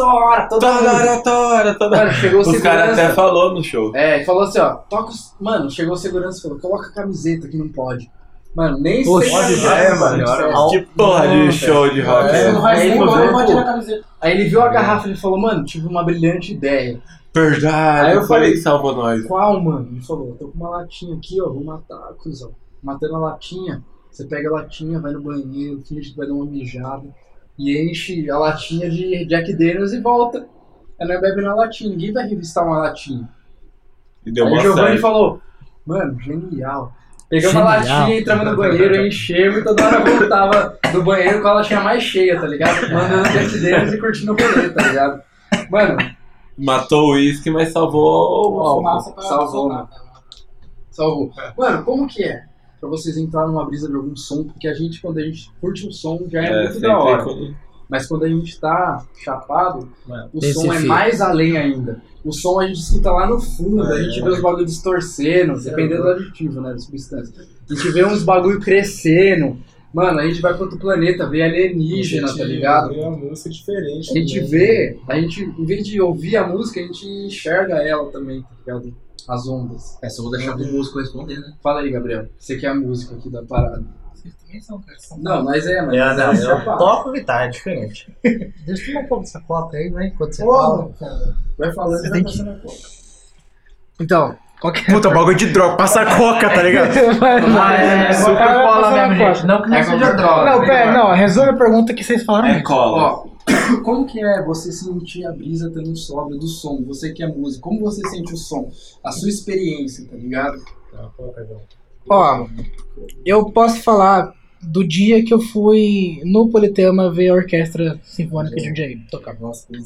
Tora. Mano, chegou o Os segurança. caras até falou no show. É, falou assim, ó, toca os... Mano, chegou o segurança e falou, coloca a camiseta que não pode. Mano, nem Poxa, sei. mano. Que porra de show de rock. Não vai Aí ser ele igual, falou, não pode pô. tirar a camiseta. Aí ele viu a garrafa e falou, mano, tive uma brilhante ideia. Verdade, Aí eu foi falei, ele que salvou nós. Qual, mano? Ele falou, tô com uma latinha aqui, ó, vou matar, cuzão. Matando a latinha, você pega a latinha, vai no banheiro, finge que vai dar uma mijada e enche a latinha de Jack Daniels e volta. Aí nós bebe na latinha, ninguém vai revistar uma latinha. E deu Aí uma o Giovanni série. falou, mano, genial. Pegamos a Genial. latinha, entramos no banheiro, enchemos e toda hora voltava do banheiro com a latinha mais cheia, tá ligado? Mandando Jack Daniels e curtindo o rolê, tá ligado? Mano, Matou o uísque, mas salvou o álcool. Fumaça pra Salvou, soltar. mano. Salvou. Mano, como que é? pra vocês entrarem numa brisa de algum som, porque a gente, quando a gente curte o som, já é muito da hora. Mas quando a gente tá chapado, o som é mais além ainda. O som a gente escuta lá no fundo, a gente vê os bagulhos distorcendo, dependendo do aditivo, né, da substância. A gente vê uns bagulho crescendo. Mano, a gente vai pra outro planeta, vê alienígena, tá ligado? Vê uma música diferente. A gente vê, em vez de ouvir a música, a gente enxerga ela também, tá ligado? As ondas. Essa eu vou deixar pro músico responder, né? Fala aí, Gabriel. Você que é a música aqui da parada. Vocês também são, cara. Não, mas mas... Eu toco guitarra, é diferente. Deixa eu tomar um pouco dessa coca aí, né? Enquanto você fala. Vai falando Você e tem vai que- passando a coca. Então, qual que é? Puta, bagulho de droga, passa coca, tá ligado? Super cola mesmo, gente. Não que não seja droga. Não, pera, não, resume a pergunta que vocês falaram. É cola. Ó, como que é você sentir a brisa tendo sóbrio do som? Você que é músico, como você sente o som? A sua experiência, tá ligado? Ó, eu posso falar do dia que eu fui no Politeama ver a Orquestra Sinfônica de Jundiaí tocar.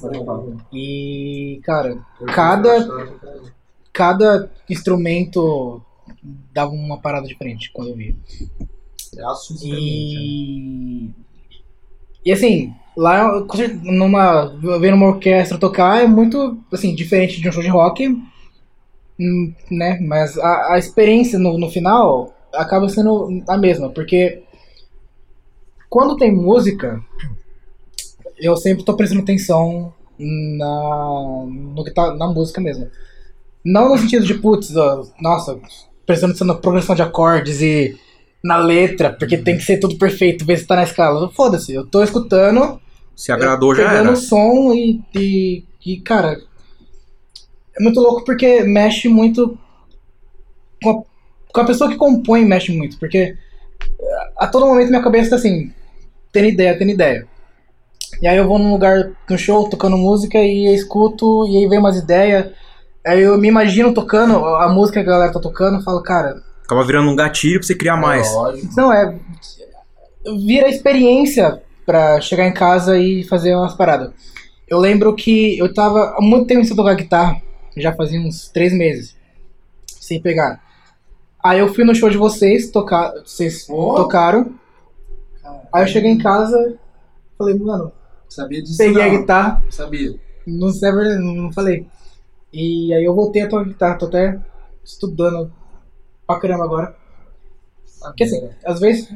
E, cara, cada instrumento dava uma parada diferente quando eu via. E assim, lá ver uma orquestra tocar é muito assim, diferente de um show de rock, né? Mas a experiência no final acaba sendo a mesma, porque quando tem música, eu sempre tô prestando atenção no que tá na música mesmo. Não no sentido de, putz, nossa, prestando atenção na progressão de acordes e na letra, porque tem que ser tudo perfeito, ver se tá na escala. Foda-se, eu tô escutando, Se agradou, já pegando era. o som e, cara, é muito louco porque mexe muito com a pessoa que compõe, mexe muito, porque a todo momento minha cabeça tá assim, tendo ideia. E aí eu vou num lugar, no show, tocando música e eu escuto, e aí vem umas ideias. Aí eu me imagino tocando a música que a galera tá tocando e falo, cara, Acaba virando um gatilho pra você criar mais. não, vira experiência pra chegar em casa e fazer umas paradas. Eu lembro que eu tava há muito tempo sem tocar guitarra, já fazia uns 3 meses, sem pegar. Aí eu fui no show de vocês tocaram. Aí eu cheguei em casa, falei, mano, Sabia disso peguei a não. guitarra, Sabia. não falei. E aí eu voltei a tocar guitarra, tô até estudando pra caramba agora. Porque assim, às vezes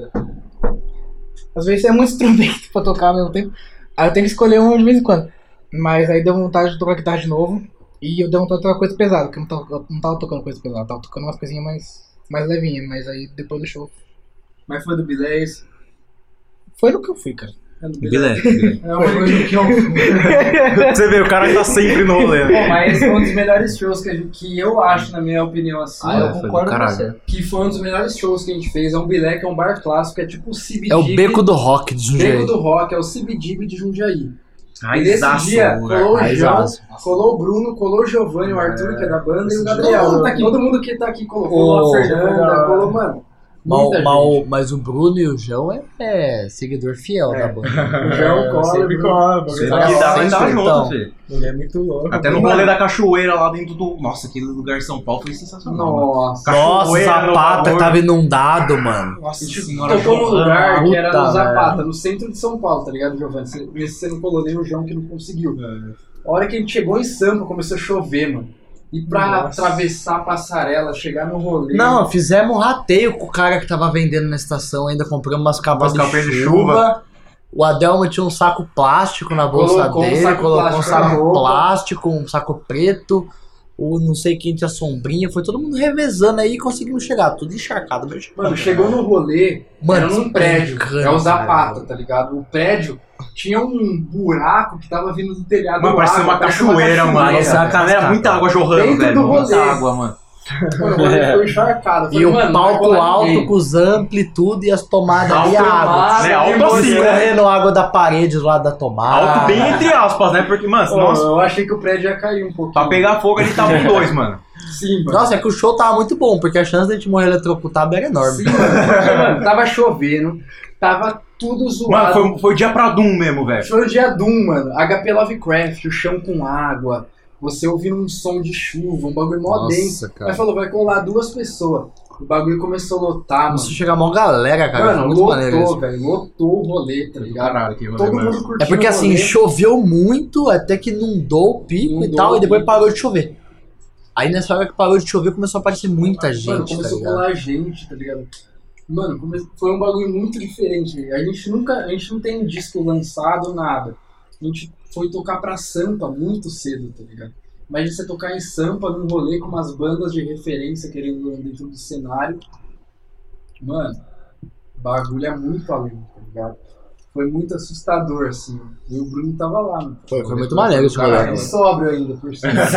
é muito instrumento pra tocar ao mesmo tempo. Aí eu tenho que escolher um de vez em quando. Mas aí deu vontade de tocar guitarra de novo. E eu dei vontade de tocar coisa pesada, porque eu não tava tocando coisa pesada, tava tocando umas coisinhas mais levinhas. Mas aí depois do show. Mas foi do Bilés. Foi no que eu fui, cara. É do Bilé. É uma coisa que eu Você vê, o cara tá sempre no rolê. Pô, mas foi um dos melhores shows que eu acho, na minha opinião, assim. Eu concordo com você. Que foi um dos melhores shows que a gente fez. É um Bilé, que é um bar clássico, é tipo o CBGB. É o Beco do Rock de Jundiaí. Beco do Rock, é o CBGB de Jundiaí. E Raizaço, nesse dia, lugar. colou o João, Raizaço. colou o Bruno, colou o Giovanni, o Arthur, que é da banda, e o Gabriel. Todo mundo tá aqui. Todo mundo que tá aqui colou. A Fernanda, colou, mano. Muita gente. Mas o Bruno e o João é seguidor fiel da banda. O João cola, Sempre Bruno. cola, Você bagulho. que dá, vai sempre, estar junto, então. filho. Ele é muito louco. Até no rolê da cachoeira lá dentro do... Nossa, aquele lugar em São Paulo foi sensacional. mano. Nossa. Nossa, Cachoeira no Zapata bagulho. tava inundado, mano. A Nossa gente senhora. tocou num lugar que era no Puta Zapata, no centro de São Paulo, tá ligado, Giovanni? Você não colou nem o João que não conseguiu. A hora que a gente chegou em Sampa, começou a chover, mano. E pra atravessar a passarela, chegar no rolê. Não, fizemos um rateio com o cara que tava vendendo na estação, ainda compramos umas capas Umas capinhas de de chuva. O Adelmo tinha um saco plástico na bolsa Colocou um dele, saco colocou um plástico na saco roupa. plástico, um saco preto, o não sei quem tinha sombrinha, foi todo mundo revezando aí e conseguimos chegar, tudo encharcado. Mano, chegou no rolê, Mano, era num prédio, brincando, é o Zapata, cara. tá ligado? O prédio tinha um buraco que tava vindo do telhado. Mano, parecia uma cachoeira, mano. cachoeira. Nossa, cara, era muita água jorrando, Dentro velho. do rolê. Muita água, mano. Mano, o rolê foi encharcado. Eu E falei, um mano, não vai palco rolar alto ninguém. com os ampli e tudo e as tomadas ali, Alto, água. né? Alto assim, né? Escorrendo água da parede lá da tomada. Alto bem entre aspas, né? Porque, mano, Pô, nossa, eu achei que o prédio ia cair um pouquinho. pra pegar fogo ali tava um 2, mano. Sim, mano. Nossa, é que o show tava muito bom, porque a chance de a gente morrer eletrocutado era enorme. Sim, mano. Porque, mano, tava chovendo, tava tudo zoado. Mano, foi dia pra Doom mesmo, velho. Foi o dia Doom, mano. HP Lovecraft, o chão com água, você ouvindo um som de chuva, um bagulho mó denso. cara. Aí falou, vai colar 2 pessoas. O bagulho começou a lotar, mano. Começou a chegar uma galera, cara. Mano, muito maneiro isso. lotou, velho. Lotou o rolê, tá ligado? Caralho, que rolê, Todo mano. mundo curtindo É porque o assim, rolê. choveu muito até que inundou o pico e Inundou tal, o e depois pico. parou de chover. Aí nessa hora que parou de chover começou a aparecer muita Mano, gente, tá começou a ligado? colar gente, tá ligado? Mano, foi um bagulho muito diferente, velho. A gente não tem um disco lançado, nada. A gente foi tocar pra Sampa muito cedo, tá ligado? Imagina você tocar em Sampa num rolê com umas bandas de referência querendo dentro do cenário. Mano, o bagulho é muito além, tá ligado? Foi muito assustador, assim. E o Bruno tava lá, mano. Foi muito maneiro esse rolê. Caralho, sóbrio ainda, por cima.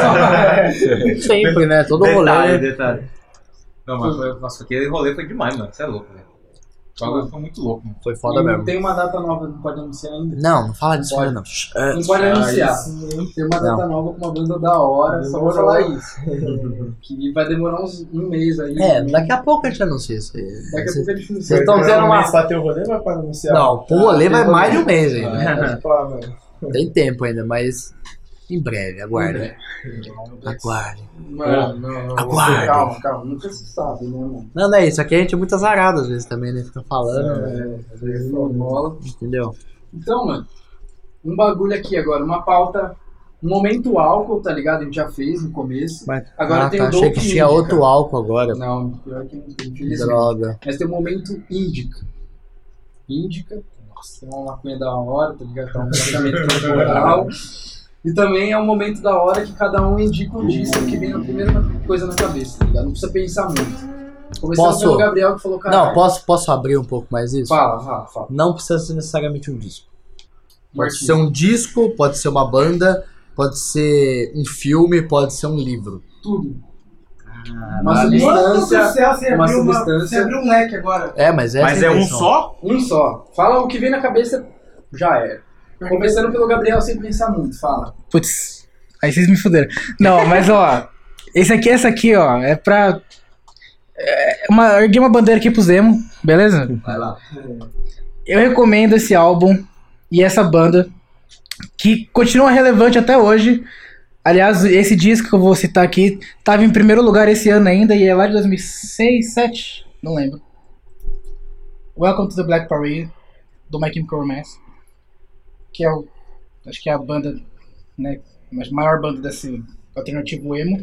Sempre, né? Todo rolê. Detalhe. Não, mas nossa, aquele rolê foi demais, mano. Você é louco, velho. O bagulho foi muito louco, mano. Foi foda E mesmo. tem uma data nova, não pode anunciar ainda. Não fala disso Pode. ainda não. Não pode anunciar. Isso. Tem uma data nova com uma banda da hora, só vou falar isso. Que vai demorar um mês aí. Daqui a pouco a gente anuncia isso aí. Daqui a pouco a gente não Vocês estão tendo uma... mês pra ter o rolê, vai para anunciar? Não, pro rolê vai mais de um mês ainda. Pá, mano. Tem tempo ainda, mas em breve, aguarde. Aguarde. Mano, não. Aguarde. Calma, nunca se sabe, né, mano? Não é isso. Aqui a gente é muito azarado às vezes também, né? Fica falando, Às vezes bola. entendeu? Então, mano, um bagulho aqui agora, uma pauta, um momento álcool, tá ligado? A gente já fez no começo. Agora tem o Achei que Dope tinha Indica. outro álcool agora. Não, pior que não tem, infelizmente. Droga. Mas tem o momento Índica. Índica, nossa, é uma maconha da hora, tá ligado? Tá um tratamento corporal. E também é um momento da hora que cada um indica um disco que vem a primeira coisa na cabeça, tá ligado? Não precisa pensar muito. Começando Posso? pelo Gabriel que falou, cara. Não, posso abrir um pouco mais isso? Fala. Não precisa ser necessariamente um disco. Pode Martins. ser um disco, pode ser uma banda, pode ser um filme, pode ser um livro. Tudo. Uma Mano do substância. céu, você uma abriu substância. você abriu um leque agora. É, mas essa Mas é a é um intenção. só? Um só. Fala o que vem na cabeça, já era. Começando pelo Gabriel sem pensar muito, fala. Putz, aí vocês me fuderam. Não, mas ó, essa aqui, ó, é pra. Erguei uma bandeira aqui pro Zemo, beleza? Vai lá. Eu recomendo esse álbum e essa banda, que continua relevante até hoje. Aliás, esse disco que eu vou citar aqui tava em primeiro lugar esse ano ainda, e é lá de 2006, 2007, não lembro. Welcome to the Black Parade, do My Chemical Romance, que é acho que é a banda, né, a maior banda desse alternativo emo.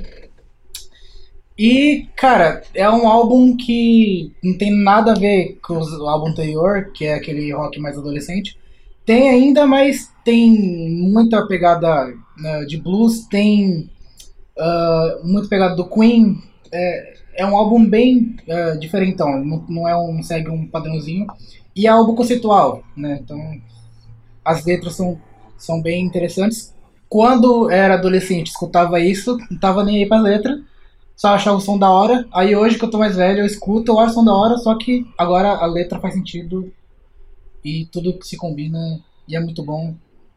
E, cara, é um álbum que não tem nada a ver com o álbum anterior, que é aquele rock mais adolescente. Tem ainda, mas tem muita pegada de blues, tem muita pegada do Queen. É um álbum bem diferentão, não segue um padrãozinho. E é álbum conceitual, né? Então as letras são bem interessantes. Quando era adolescente, escutava isso, não tava nem aí pra letra, só achava o som da hora. Aí hoje que eu tô mais velho, eu escuto, eu acho o som da hora, só que agora a letra faz sentido e tudo que se combina e é muito bom.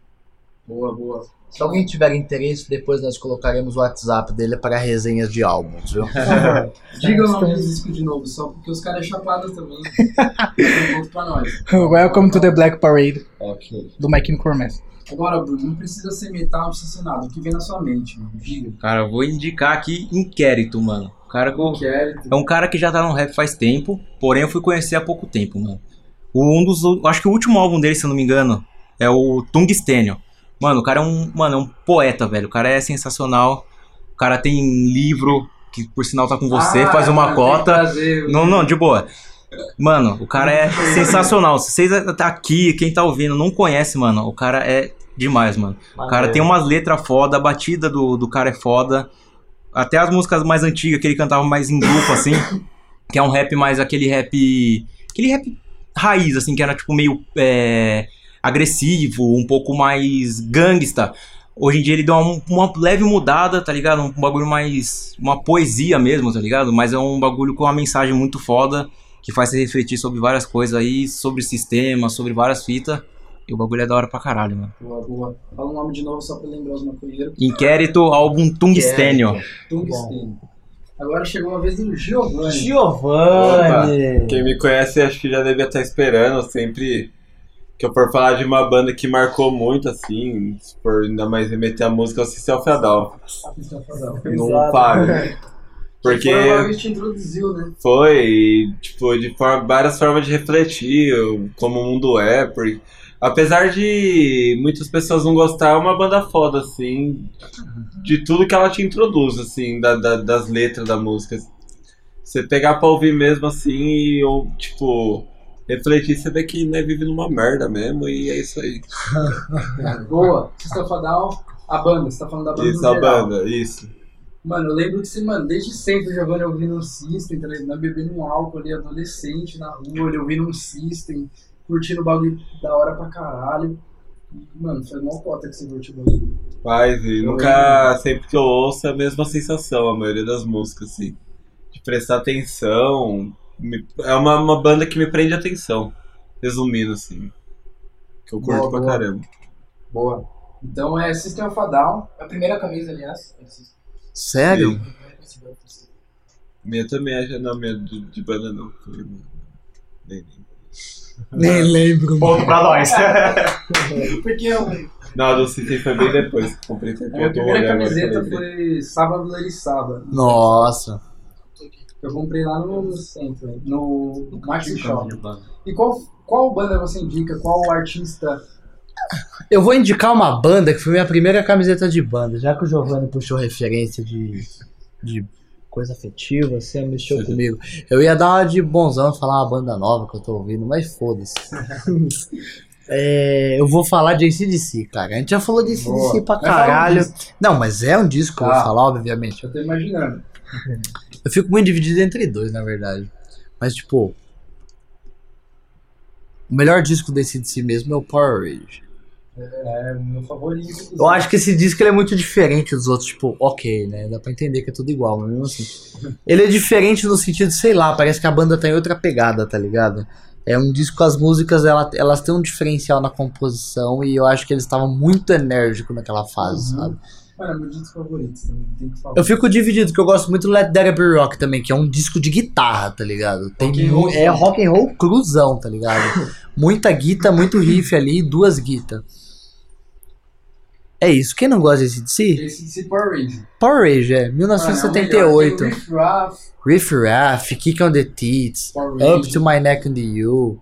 Boa. Se alguém tiver interesse, depois nós colocaremos o WhatsApp dele para resenhas de álbuns, viu? Diga o nome do disco de novo, só porque os caras é chapado também. Tem um ponto pra nós. Welcome to the Black Parade, Ok. do My Chemical Romance. Agora, Bruno, não precisa ser metal, não precisa ser nada. O que vem na sua mente, mano? Diga. Cara, eu vou indicar aqui Inquérito, mano. O cara que Inquérito. é um cara que já tá no rap faz tempo, porém eu fui conhecer há pouco tempo, mano. Acho que o último álbum dele, se eu não me engano, é o Tungstênio. Mano, o cara é um poeta, velho. O cara é sensacional. O cara tem livro, que por sinal tá com você, faz uma cota. Não, de boa. Mano, o cara é sensacional. Se vocês tá aqui, quem tá ouvindo, não conhece, mano, o cara é demais, mano. O cara tem umas letras foda, a batida do cara é foda. Até as músicas mais antigas, que ele cantava mais em grupo, assim, que é um rap mais aquele rap raiz, assim, que era tipo meio agressivo, um pouco mais gangsta. Hoje em dia ele deu uma leve mudada, tá ligado? Um bagulho mais... uma poesia mesmo, tá ligado? Mas é um bagulho com uma mensagem muito foda, que faz você refletir sobre várias coisas aí, sobre sistema, sobre várias fitas. E o bagulho é da hora pra caralho, mano. Boa. Fala o nome de novo só pra lembrar os maconheiros. Inquérito, álbum Tungstênio. Tungstênio. Agora chegou a vez do Giovanni. Giovanni! Quem me conhece acho que já devia estar esperando. Sempre que eu for falar de uma banda que marcou muito, assim, se for ainda mais remeter a música, eu System of a Down. Não paga. Porque Foi o bagulho que te introduziu, né? foi, tipo, várias formas de refletir como o mundo é. Porque, apesar de muitas pessoas não gostar, é uma banda foda, assim, de tudo que ela te introduz, assim, das letras da música. Você pegar pra ouvir mesmo, assim, e, ou, tipo, refletir, você vê que, né, vive numa merda mesmo, e é isso aí. Boa. System of a Down, a banda. Você tá falando da banda Isso, no a geral. banda, isso. Mano, eu lembro que você, mano, desde sempre o Giovanni ouvindo um System, tá ligado? Bebendo um álcool ali, adolescente na rua, ele ouvindo um System, curtindo o bagulho da hora pra caralho. E, mano, foi uma cota que você curtiu o bagulho. Faz, e nunca, sempre que eu ouço é a mesma sensação, a maioria das músicas, assim. De prestar atenção. É uma banda que me prende atenção, resumindo, assim. Que eu curto pra caramba. Boa. Então é System of a Down. A primeira camisa, aliás. Sério? Minha também acha, não, minha de banda não. Nem. Nem lembro. Ponto pra nós. Porque eu. Não, a do System foi bem depois que comprei. A minha primeira camiseta foi Sábado Bloody Sábado. Nossa. Eu comprei lá no centro, né? No Maxi Shop. E qual banda você indica? Qual artista? Eu vou indicar uma banda que foi minha primeira camiseta de banda, já que o Giovanni puxou referência de coisa afetiva, você mexeu comigo. Eu ia dar uma de bonzão, falar uma banda nova que eu tô ouvindo, mas foda-se. Eu vou falar de AC/DC, cara. A gente já falou de AC/DC pra caralho. Não, mas é um disco que eu vou falar, obviamente. Eu tô imaginando. Eu fico muito dividido entre dois, na verdade. Mas, tipo, o melhor disco desse de si mesmo é o Power Rage. É o meu favorito. Eu acho que esse disco ele é muito diferente dos outros, tipo, ok, né? Dá pra entender que é tudo igual, mas mesmo assim. Ele é diferente no sentido, sei lá, parece que a banda tá em outra pegada, tá ligado? É um disco com as músicas, elas têm um diferencial na composição e eu acho que eles estavam muito enérgicos naquela fase, sabe? Mano, é meu disco favorito também, tem que falar. Eu fico dividido, porque eu gosto muito do Let There Be Rock também, que é um disco de guitarra, tá ligado? É rock and roll cruzão, tá ligado? Muita guitarra, muito riff ali, 2 guitarras. É isso. Quem não gosta desse DC? Esse Power Rage. Power Rage, 1978. Mano, Riff Raff, Riff Raff, Kick on the Tits, Power Rage. Up to My Neck on the You,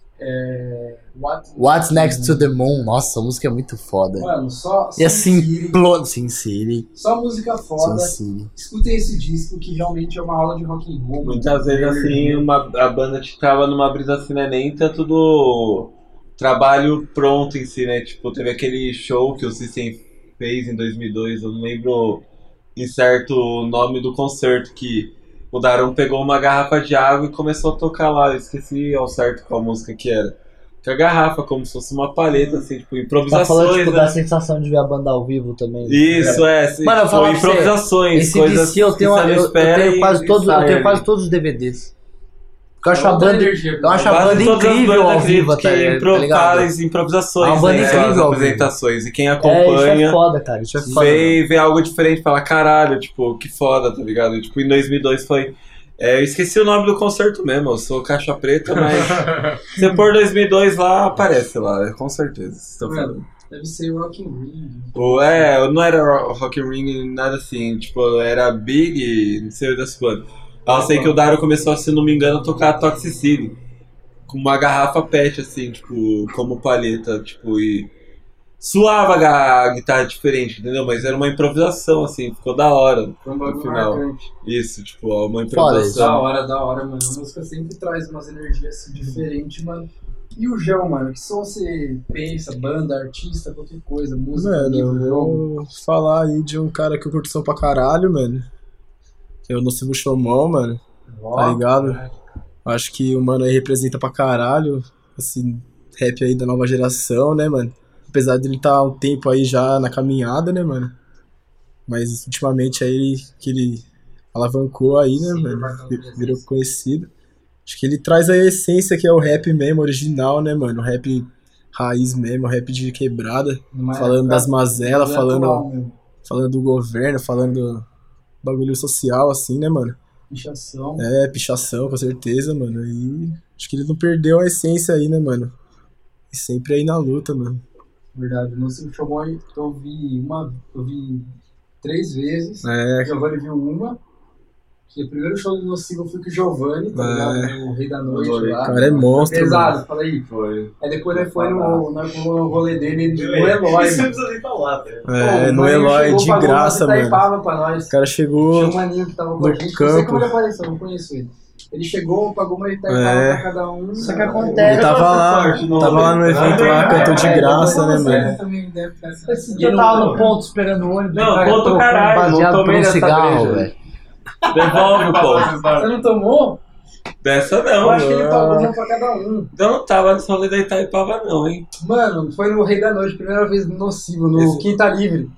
What's Next to the Moon. Nossa, a música é muito foda. Mano, só E Sin assim, City, Sin City. só música foda. Sin City. Escutem esse disco que realmente é uma aula de rock and roll. Muitas vezes, assim, a banda ficava numa brisa assim, né? Nem tanto do trabalho pronto em si, né? Tipo, teve aquele show que o System fez em 2002, eu não lembro em certo o nome do concerto, que o Daron pegou uma garrafa de água e começou a tocar lá, eu esqueci ao certo qual música que era. Com a garrafa, como se fosse uma paleta, assim, tipo, Tá improvisações, falando, tipo, né? da sensação de ver a banda ao vivo também. Isso, assim, Mano, eu tipo, falo pra você, improvisações, Esse coisas DC eu tenho, que você não espera eu tenho quase e todos, eu sai tenho ali. quase todos os DVDs. Porque eu acho É a outra banda, energia, eu acho a Quase banda todas as incrível bandas ao vivo, tá ligado? faz improvisações, É uma banda né, incrível as ao vivo. apresentações. E quem Isso acompanha é foda, cara. Isso é foda. vê algo diferente e fala, caralho, tipo, que foda, tá ligado? E, tipo, em 2002 foi... eu esqueci o nome do concerto mesmo, eu sou caixa preta, mas se você pôr 2002 lá, aparece lá, com certeza. Vocês estão falando. Deve ser Rock and Ring. Não era Rock and Ring, nada assim, tipo, era Big, não sei das quantas. Eu sei que o Dario começou, se não me engano, a tocar Toxicity, com uma garrafa pet, assim, tipo, como palheta, tipo, e suava a guitarra diferente, entendeu? Mas era uma improvisação, assim, ficou da hora Foi um no bagulho final. marcante. Isso, tipo, uma Da improvisação. hora, mano. A música sempre traz umas energias assim, diferentes, mano. E o João, mano, que som você pensa, banda, artista, qualquer coisa, música, Mano, livro, eu jogo? vou falar aí de um cara que eu curto som pra caralho, mano. Que é o Nocivo Chomão, mano. Tá ligado? Acho que o mano aí representa pra caralho esse rap aí da nova geração, né, mano? Apesar de ele tá há um tempo aí já na caminhada, né, mano? Mas ultimamente aí que ele alavancou aí, né, mano? Virou conhecido. Acho que ele traz a essência que é o rap mesmo, original, né, mano? O rap raiz mesmo, o rap de quebrada. Falando das mazelas, falando do governo, falando do bagulho social, assim, né, mano? Pichação. Pichação, com certeza, mano. E acho que ele não perdeu a essência aí, né, mano? E sempre aí na luta, mano. Verdade, no Silvio Chomó eu vi 3 vezes. É. O Giovanni viu uma. Que o primeiro show do Nocivo eu fui com o Giovanni, tá ligado? O Rei da Noite lá. O cara é monstro, Pesado, fala aí. Foi. Aí depois ele foi no rolê dele no Eloy. Isso não precisa nem falar, velho. No Eloy, de graça, mano. Pra nós. O cara chegou Tinha um maninho que tava com a gente, não sei como ele apareceu, eu não conheço ele. Ele chegou, pagou uma Itaipava pra cada um. Só que acontece. Ele tava lá no evento lá, cantou de graça, né, mano? Também deve ter essa. Esse dia eu tava no ponto esperando o ônibus. Não, o cara ponto trocou caralho, não baseado por tomei um dessa cigarro, breja. velho. Devolve o ponto. Você não tomou? Dessa Eu não. acho que ele pagou uma pra cada um. Eu não tava nesse rolê da Itaipava não, hein. Mano, foi no Rei da Noite, primeira vez no Nocivo, no Quinta Livre.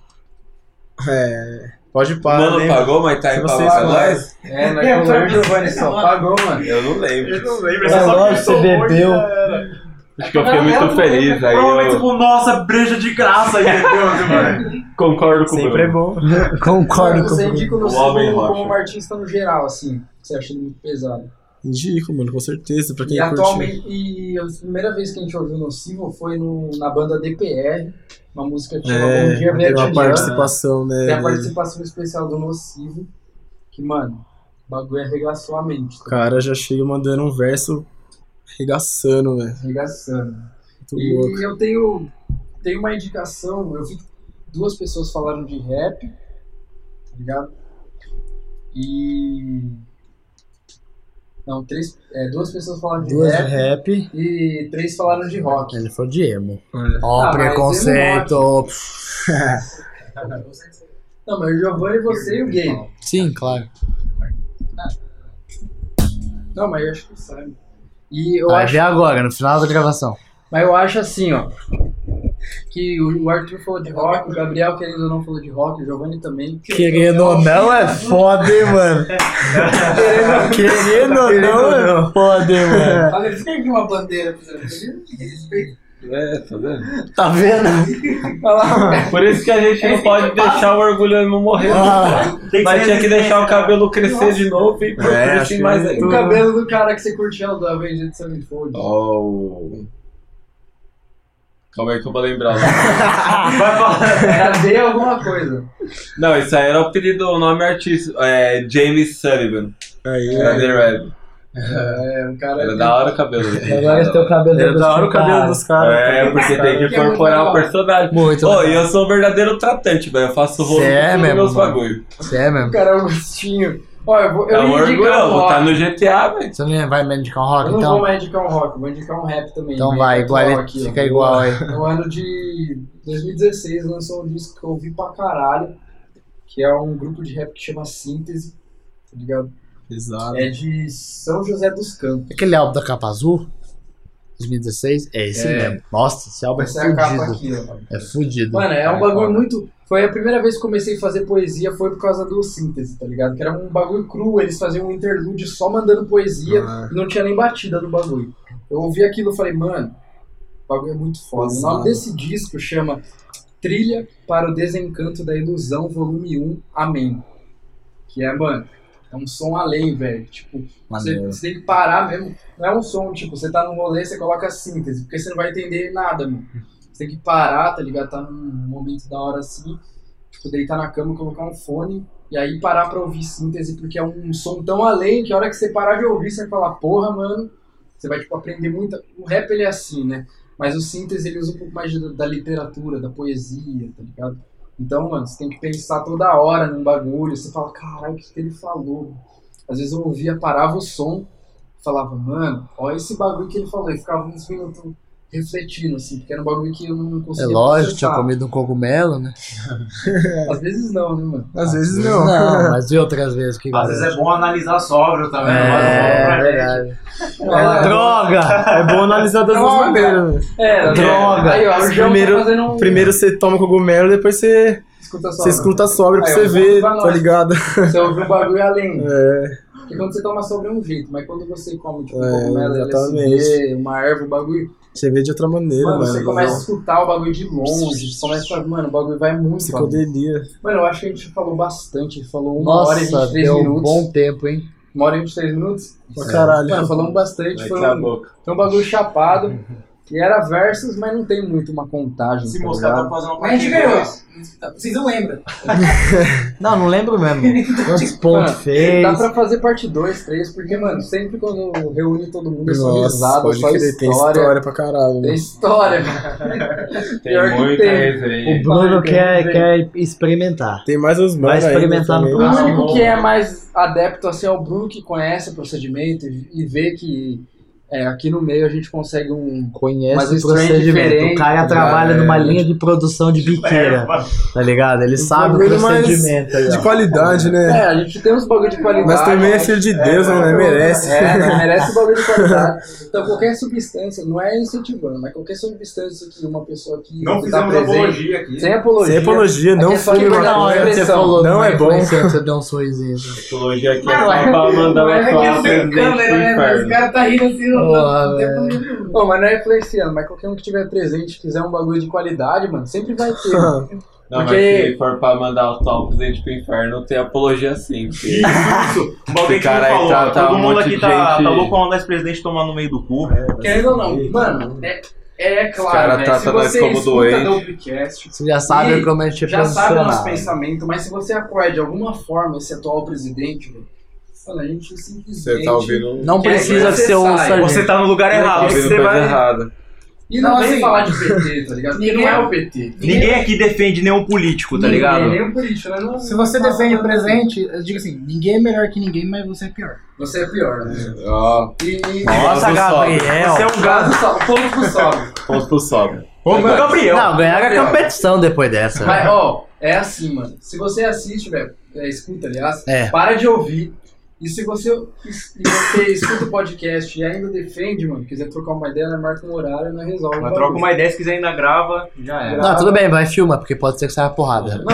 Pode parar, Mano, né? pagou uma Itaipava Se vocês pra falarem. nós? É, nós falamos o Giovanni só, pagou, mano. Eu não lembro. Eu não lembro, É você só lógico, você gritou muito, bebeu. cara. Acho que eu fiquei muito feliz. Aí Provavelmente, eu tipo, nossa, breja de graça aí, mano. concordo com o Sempre é Bruno. bom. Concordo com Você o indica o O Homem Nocivo Rocha. como um artista no geral, assim. Você acha ele muito pesado. Indico, mano, com certeza. Pra quem E curte. atualmente, a primeira vez que a gente ouviu Nocivo foi na banda DPR, uma música que chama Bom Dia Tem uma Vietnã. participação, né? Tem a participação especial do Nocivo, que, mano, o bagulho arregaçou a mente. O cara já chega mandando um verso arregaçando, velho. Arregaçando. Muito louco. E eu tenho uma indicação, eu vi que 2 pessoas falaram de rap, tá ligado? E... Não, 2 pessoas falaram de 2 rap rap. e 3 falaram de rock. Ele foi de emo. Ah, mas Preconceito. Não, mas o Giovanni, você e o Gay. Sim, claro. Não, mas eu acho que sabe. E eu Vai acho, ver agora, no final da gravação. mas eu acho assim, ó, que o Arthur falou de rock, o Gabriel, querendo ou não, falou de rock, o Giovanni também. Querendo ou não, é foda, hein, mano. Querendo ou não, é foda, hein, mano. Olha, eles têm aqui uma bandeira, por exemplo. Respeito. É, tá vendo? Tá vendo? Olha lá, Por isso que a gente não pode deixar o orgulho emo morrer. Ah, Mas tinha que deixar o cabelo crescer de novo e acho curtir que mais o ainda. cabelo do cara que você curtiu do Avenged Sevenfold. Oh. Calma aí que eu vou lembrar. Vai falar. Era D alguma coisa. Não, isso aí era o apelido, o nome artístico. É James Sullivan. Aí, Era The Red. O cara Era da hora o cabelo dele. agora esse teu cabelo Era da hora o cabelo dos caras. É, porque tem que incorporar o personagem. Muito Ô, legal. e eu sou um verdadeiro tratante, velho. Eu faço rolo Cê é com mesmo, meus mano. bagulho. Você é O mesmo? cara é o Agostinho. Ó, eu É um ia orgulho, indicar eu um vou estar rock. no GTA, velho. Você não vai me indicar um rock, Eu não então? vou mais indicar um rock, vou indicar um rap também. Então Bem vai, atual igual, aqui, ó. fica igual aí. No ano de 2016 lançou um disco que eu ouvi pra caralho, que é um grupo de rap que chama Síntese, tá ligado? Pesado. É de São José dos Campos. Aquele álbum da capa azul? 2016? É esse mesmo. Nossa, esse álbum é Essa é a capa fudido. aqui, ó. É fudido. Mano, é um bagulho muito... Foi a primeira vez que comecei a fazer poesia, foi por causa do Síntese, tá ligado? Que era um bagulho cru, eles faziam um interlúdio só mandando poesia e não tinha nem batida no bagulho. Eu ouvi aquilo e falei, mano, o bagulho é muito foda. O nome desse disco chama Trilha para o Desencanto da Ilusão, volume 1, Amém. Que é, mano, é um som além, velho. Tipo, você tem que parar mesmo. Não é um som, tipo, você tá num rolê, você coloca síntese, porque você não vai entender nada, mano. Você tem que parar, tá ligado? Tá num momento da hora assim, tipo, deitar na cama, colocar um fone e aí parar pra ouvir síntese, porque é um som tão além que a hora que você parar de ouvir, você vai falar, porra, mano, você vai, tipo, aprender muito. O rap, ele é assim, né? Mas o síntese, ele usa um pouco mais da literatura, da poesia, tá ligado? Então, mano, você tem que pensar toda hora num bagulho, você fala, caralho, o que ele falou? Às vezes eu ouvia, parava o som, falava, mano, olha esse bagulho que ele falou, e ficava uns minutos refletindo, assim, porque era um bagulho que eu não É conseguia lógico, tinha processar. comido um cogumelo, né? Às vezes não, né, mano? Às vezes não. Não, mas e outras vezes que Às vezes é bom analisar sóbrio também. É verdade. Droga! É bom analisar das duas Droga! maneiras. Droga! Aí, ó, o João Primeiro- tá fazendo um... Primeiro você toma cogumelo, depois você Escuta escuta sóbrio pra Aí, você ó, ver, pra nós. tá ligado? Você ouve um bagulho além. É, Porque quando você toma sobre é um jeito, mas quando você come, tipo, É, cogumelo, exatamente. LSD, uma erva, o bagulho... você vê de outra maneira, Mano, mano. você começa a escutar o bagulho de longe, você começa a falar, mano, o bagulho vai muito além. Psicodelia. Mano, eu acho que a gente falou bastante, a gente falou 1 hora e Nossa, 23 deu um minutos. bom tempo, hein? 1 hora e 23 minutos? Pra caralho. Mano, falamos bastante, Vai foi calar a um boca. bagulho chapado. E era versus, mas não tem muito uma contagem. Se tá mostrar ligado? pra fazer uma Mas a gente partida. ganhou. Vocês não lembram. Não lembro mesmo. Quantos pontos Mano, fez? Dá pra fazer parte 2, 3, porque, mano, sempre quando reúne todo mundo é só Nossa, risada, pode só crer, tem história. história pra caralho. Tem Né? história, cara. Pior que muita tem. resenha. O Bruno Vai, quer experimentar. Tem mais os Vai manos experimentar no ainda O também. próximo. único que é mais adepto assim, é o Bruno, que conhece o procedimento e vê que aqui no meio a gente consegue um... Conhece Mas o o estranho é procedimento. diferente, O cara tá trabalha ligado? numa linha de produção de biqueira, tá ligado? Ele sabe o bagulho mais procedimento aí, De ó. qualidade, né? a gente tem uns bagulho de qualidade. Mas também é filho de Deus, né? Merece. Não, merece bagulho de qualidade. Então qualquer substância, não é incentivando, mas qualquer substância que uma pessoa que Não tá fizemos presente, apologia aqui. sem apologia. Sem apologia, não Aqui é só fume liberdade de maconha. expressão. Não é bom. Você deu um sorrisinho. Psicologia aqui é Não, só pra mandar Não é uma que sua eu sei presidente pro câmera, né? Mas o inferno. cara tá rindo assim, Porra, não tem problema. Pô, mas não é influenciando, mas qualquer um que tiver presente e quiser um bagulho de qualidade, mano, sempre vai ter. mano. Não, Porque- mas se for pra mandar o tal presidente pro inferno, tem apologia sim. Porque... Isso. O bagulho que Esse cara a aí gente falou. tá Todo um mundo monte aqui de tá gente- louco pra mandar esse presidente tomar no meio do cu. Querendo ou não, mano, é Os claro, caras velho, se tratam nós você como escuta doente. Dopecast, Você já sabe E como a gente é já sabe o nosso posicionado. pensamento, mas se você apoia de alguma forma esse atual presidente, velho, mano, a gente simplesmente... Você tá ouvindo. Não Quer precisa que que você ouça saia. a Você gente. tá no lugar errado. Tá ouvindo Você coisa vai... errada. E não Não, vem assim, falar de PT, tá ligado? Porque ninguém- não é o PT. Ninguém aqui defende nenhum político, tá ligado? Nem o político, né? Não- Se você defende o presente, eu digo assim, ninguém é melhor que ninguém, mas você é pior. Você é pior, né? Ó, Nossa, Vamos Gabriel. Você é um gado. O povo sobe. ponto pro sobe. Ô, meu Gabriel. Não, ganharam a Gabriel. competição depois dessa. Mas, ó, é assim, mano. Se você assiste, velho, escuta, aliás, É. para de ouvir. E se você escuta o podcast e ainda defende, mano, quiser trocar uma ideia, nós marca um horário e nós resolve. o Mas bagulho. troca uma ideia, se quiser ainda grava, já era. Não, tudo bem, vai filma, porque pode ser que saia porrada. Não,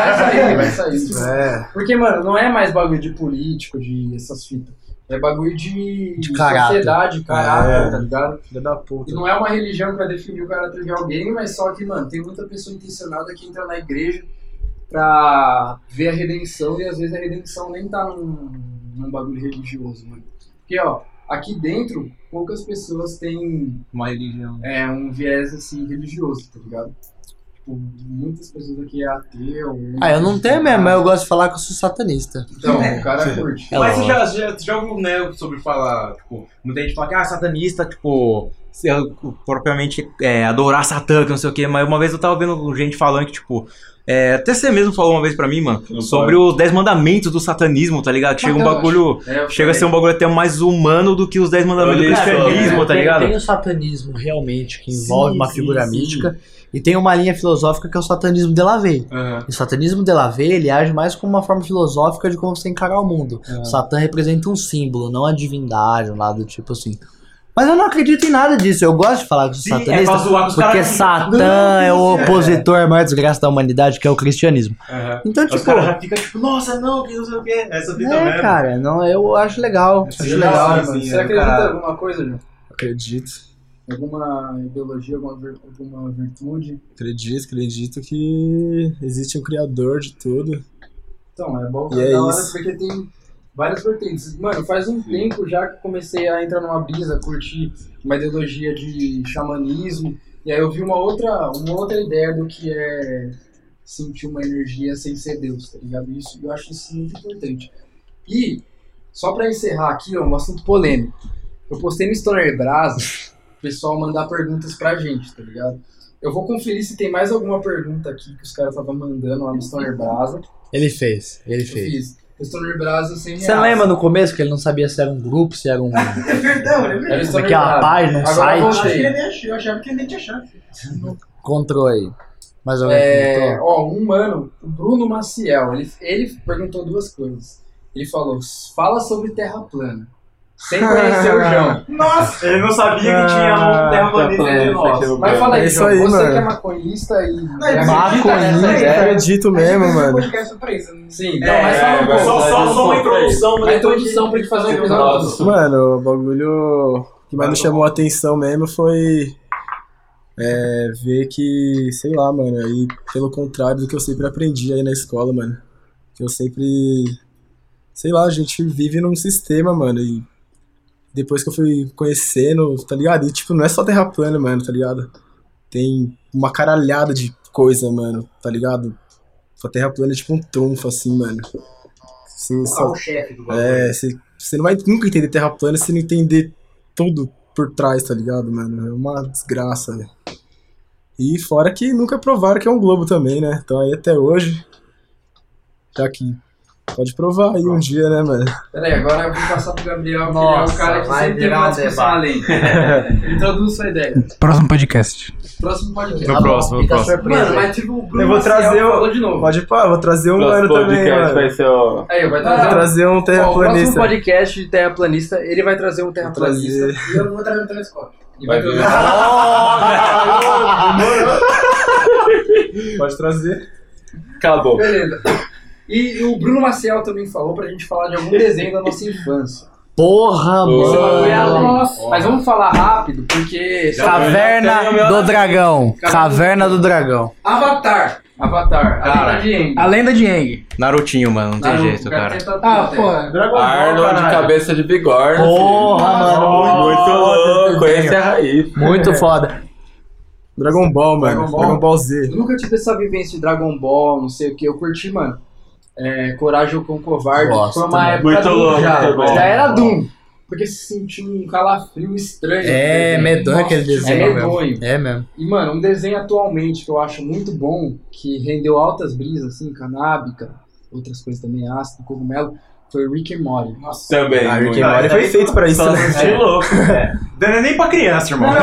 vai sair. É. Porque, mano, não é mais bagulho de político, de essas fitas. É bagulho de caráter. sociedade, caráter, tá ligado? Filha da puta. E não é uma religião pra definir o caráter de alguém, mas só que, mano, tem muita pessoa intencionada que entra na igreja pra ver a redenção e às vezes a redenção nem tá num bagulho religioso, mano. Porque, ó, aqui dentro, poucas pessoas têm Uma religião. um viés, assim, religioso, tá ligado? Tipo, muitas pessoas aqui é ateu. Ah, eu não tenho mesmo, mas eu gosto de falar que eu sou satanista. Então, o cara curte. É Mas lógico. você já ouviu, né, sobre falar, tipo, muita gente fala que, satanista, tipo, propriamente adorar Satã, que não sei o quê, mas uma vez eu tava vendo gente falando que, tipo, até você mesmo falou uma vez pra mim, mano, Não sobre os 10 mandamentos do satanismo, tá ligado? Chega um Mas eu bagulho, chega a ser um bagulho até mais humano do que os 10 mandamentos do Olha isso, cristianismo, tá ligado? Tem o satanismo realmente, que envolve Sim, uma sim, figura sim. mística, e tem uma linha filosófica que é o satanismo de la Vey. Aham. O satanismo de la Vey, ele age mais como uma forma filosófica de como você encarar o mundo. O Satã representa um símbolo, não a divindade, um lado do tipo assim. Mas eu não acredito em nada disso. Eu gosto de falar que eu sou Sim, satanista, é pra zoar com os porque caras que- Satã é o opositor à maior desgraça da humanidade, que é o cristianismo. Aham. Então, Os tipo, caras já ficam tipo, nossa, não, que não sei o quê, essa fita mesmo. cara, não, eu acho legal. Sim, Acho Legal, legal. né, mano? sim, Você é, acredita cara. em alguma coisa, João? Acredito. Alguma ideologia, alguma virtude? Acredito que existe um criador de tudo. Então, é bom E é da hora isso. porque tem várias vertentes. Mano, faz um tempo já que eu comecei a entrar numa brisa, curtir uma ideologia de xamanismo. E aí eu vi uma outra ideia do que é sentir uma energia sem ser Deus, tá ligado? Isso, eu acho isso muito importante. E, só pra encerrar aqui, ó, um assunto polêmico. Eu postei no Stoner Brasa, o pessoal mandar perguntas pra gente, tá ligado? Eu vou conferir se tem mais alguma pergunta aqui que os caras estavam mandando lá no Stoner Brasa. Ele fez. Eu fiz. O Stoner Brasa sem Você lembra no começo que ele não sabia se era um grupo, se era um. É verdade, é verdade. Era Stoner Aquela Brasa. página, um Agora site. eu Eu acho que voltei. ele nem achou, eu achava que ele nem tinha achado. Encontrou aí. Mais alguém encontrou? Ó, um mano, o Bruno Maciel, ele perguntou duas coisas. Ele falou, fala sobre terra plana. Sem conhecer o João. Nossa! Ele não sabia que tinha um terraplanista entre nós. Mas fala aí, É isso João, aí, você mano. que é maconhista e Não, acredita nessa Eu ideia. acredito mesmo, mano. Podcast pra isso. Sim, não, mas fala um pouco. Só uma introdução, Uma introdução pra gente fazer um episódio. Mano, o bagulho que mais me chamou a atenção mesmo foi ver que, sei lá, mano, aí pelo contrário do que eu sempre aprendi aí na escola, mano. Que eu sempre, sei lá, a gente vive num sistema, mano, e depois que eu fui conhecendo, tá ligado? E, tipo, não é só terra plana, mano, tá ligado? Tem uma caralhada de coisa, mano, tá ligado? A terra plana é tipo um trunfo, assim, mano. Assim, O chefe do bagulho. Você não vai nunca entender terra plana se não entender tudo por trás, tá ligado, mano? É uma desgraça, velho. E fora que nunca provaram que é um globo também, né? Então aí até hoje, já que pode provar aí um dia, né, mano? Peraí, agora eu vou passar pro Gabriel, que Nossa, ele é o cara que vai sempre tem virar uma um discussão além. Introduz sua ideia. Próximo podcast. Próximo podcast. Tá No próximo, Fica no próximo. surpresa. Mano, mas tipo, o Bruno Eu vou trazer Maciel o- falou de novo. Pode ir pá, vou trazer um Próximo mano também, podcast mano. vai ser o... Aí, vai Vou trazer trazer um Ó, o próximo terraplanista. podcast de terraplanista, ele vai trazer um terraplanista. E eu vou trazer um telescópio. E vai trazer... Pode trazer. Acabou. Beleza. E o Bruno Maciel também falou pra gente falar de algum desenho da nossa infância. Porra, Esse bagulho é mano. nosso. Mas vamos falar rápido, porque... Caverna do Dragão. Caverna do Dragão. Avatar. Avatar. Cara, A Lenda de Aang. A lenda de Aang. Narutinho, mano, não tem Naruto, jeito, o cara cara. tem tatu Ah, até. pô. Dragon Ball, Arnold de caralho. cabeça de bigorna. Porra, mano. Muito louco. Conhece a raiz. Muito foda. Dragon Ball, mano. Dragon Ball. Dragon Ball Z. Eu nunca tive essa vivência de Dragon Ball, não sei o que. Eu curti, mano. Coragem com o Covarde. Gosto Foi uma também. época Muito Doom louco já. também. Já era Doom. Porque se sentia um calafrio estranho. É, medonho aquele desenho É mesmo. medonho. É mesmo. E, mano, um desenho atualmente que eu acho muito bom, que rendeu altas brisas, assim, canábica, outras coisas também, ácido, cogumelo, foi Rick and Morty. Nossa. Também. Ah, Rick muito. and Morty foi feito pra isso, Só né? assistir louco. Não é nem pra criança, irmão.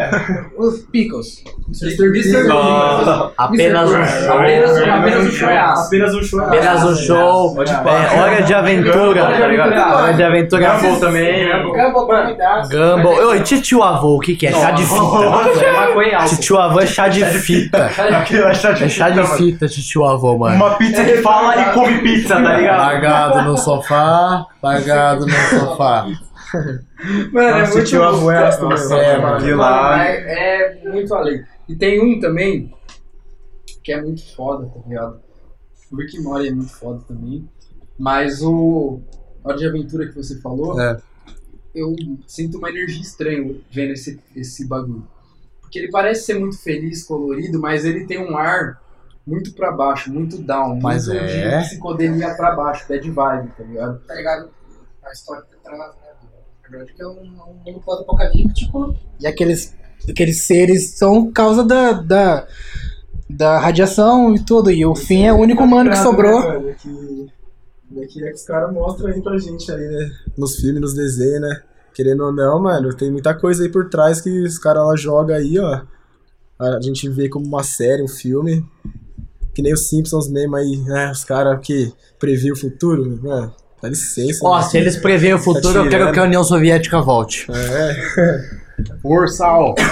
Os Pickles. Mr. Nossa. Apenas um show. Apenas um showaço. Apenas um show. Apenas um show. Hora de aventura, tá ligado? Hora de aventura. Gumball também, né? Gumball também dá. Gumball. Oi, titio avô, o que que é? Chá de fita. É maconha alta. Titio avô é chá de fita. Aquilo é chá de É chá de fita, titio avô, mano. Uma pizza que fala e come pizza, tá ligado? Largado no sofá, largado no sofá. Mano, é Nossa, muito tio avô é astro, Nossa, meu. mano, Mano, lá. é muito além. E tem um também que é muito foda, tá ligado? O Rick and Morty é muito foda também. Mas o Hora de Aventura que você falou, eu sinto uma energia estranha vendo esse bagulho. Porque ele parece ser muito feliz, colorido, mas ele tem um ar muito pra baixo, muito down, Mas muito é. de psicodelia pra baixo, bad vibe, tá ligado? Tá ligado? A história por trás, né? Na verdade, que é um mundo pós-apocalíptico. E aqueles seres são causa da radiação e tudo. E o fim é o único humano que sobrou. Daqui é que os caras mostram aí pra gente aí, né? Nos filmes, nos desenhos, né? Querendo ou não, mano, tem muita coisa aí por trás que os caras lá jogam aí, ó. A gente vê como uma série, um filme. Que nem os Simpsons mesmo aí, né? Os caras que previam o futuro, né? Dá licença. Ó, né? se eles preveem o futuro, eu quero que a União Soviética volte. Força!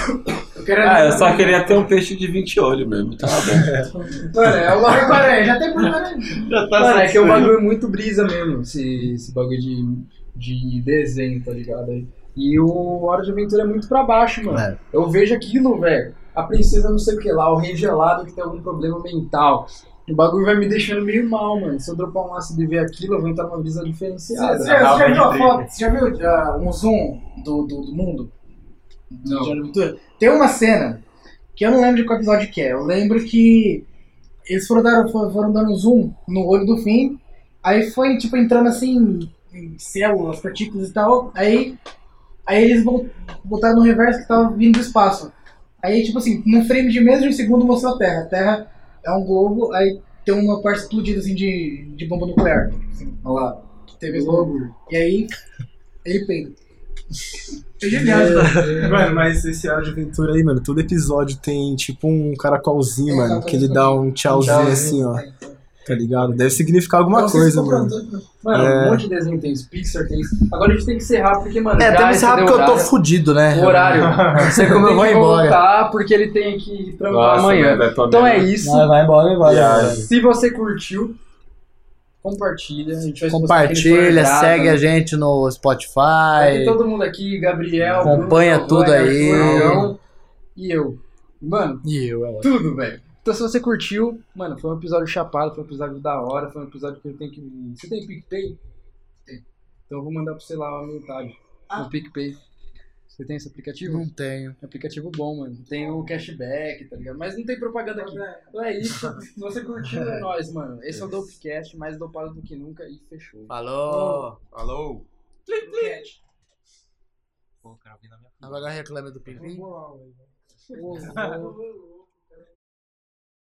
Eu só queria ter um peixe de 20 olhos mesmo. Tá bom. Mano, é uma Agora, já tem problema. Mano, é que é um bagulho muito brisa mesmo, esse bagulho de desenho, tá ligado? E o Hora de Aventura é muito pra baixo, mano. É. Eu vejo aquilo, velho. A princesa não sei o que lá, o rei gelado que tem algum problema mental. O bagulho vai me deixando meio mal, mano. Se eu dropar um ácido e ver aquilo, eu vou entrar numa brisa diferenciada. Você já viu a foto? Você já viu um zoom do mundo? Não. De Hora de Aventura? Tem uma cena que eu não lembro de qual episódio que é. Eu lembro que eles foram dando zoom no olho do Finn. Aí foi, tipo, entrando assim em células, partículas e tal. Aí eles botaram no reverso que tava vindo do espaço. Aí, tipo assim, num frame de menos de um segundo mostrou a Terra. A Terra é um globo, aí tem uma parte explodida assim de bomba nuclear. Assim, olha lá. Teve globo. E aí ele peida. É genial. Mano, mas esse Hora de Aventura aí, mano, todo episódio tem tipo um caracolzinho, mano, que ele dá um tchauzinho assim, ó. Tá ligado? Deve significar alguma coisa, mano. Mano, É. um monte de desenho tem isso, Pixar tem isso. Agora a gente tem que encerrar porque, mano, É, já tem que encerrar porque eu tô horário. fudido, né? O horário. Não sei como eu vou Tem que embora. voltar porque ele tem que trampar Nossa, amanhã. mas vai Então é mesmo. isso. Vai embora. Viagem. Se você curtiu, compartilha. A gente vai Compartilha, segue a gente no Segue Spotify. todo mundo aqui, Gabriel. Acompanha Bruno, tudo Giovanni, aí. Arthur, João e eu. Mano, E eu, tudo, velho. Então se você curtiu, mano, foi um episódio chapado, foi um episódio da hora, foi um episódio que eu tenho que... Você tem PicPay? Tem. Então eu vou mandar pra você lá uma mensagem. no PicPay. Você tem esse aplicativo? Não tenho. É um aplicativo bom, mano. Tem o cashback, tá ligado? Mas não tem propaganda aqui. Então é isso. Se você curtiu, é nóis, mano. Esse é o Dopecast, mais dopado do que nunca e fechou. Falou! Falou! Cat. Pô, cara, eu vi na minha Agora reclama do Pinguim. Vamos lá, velho.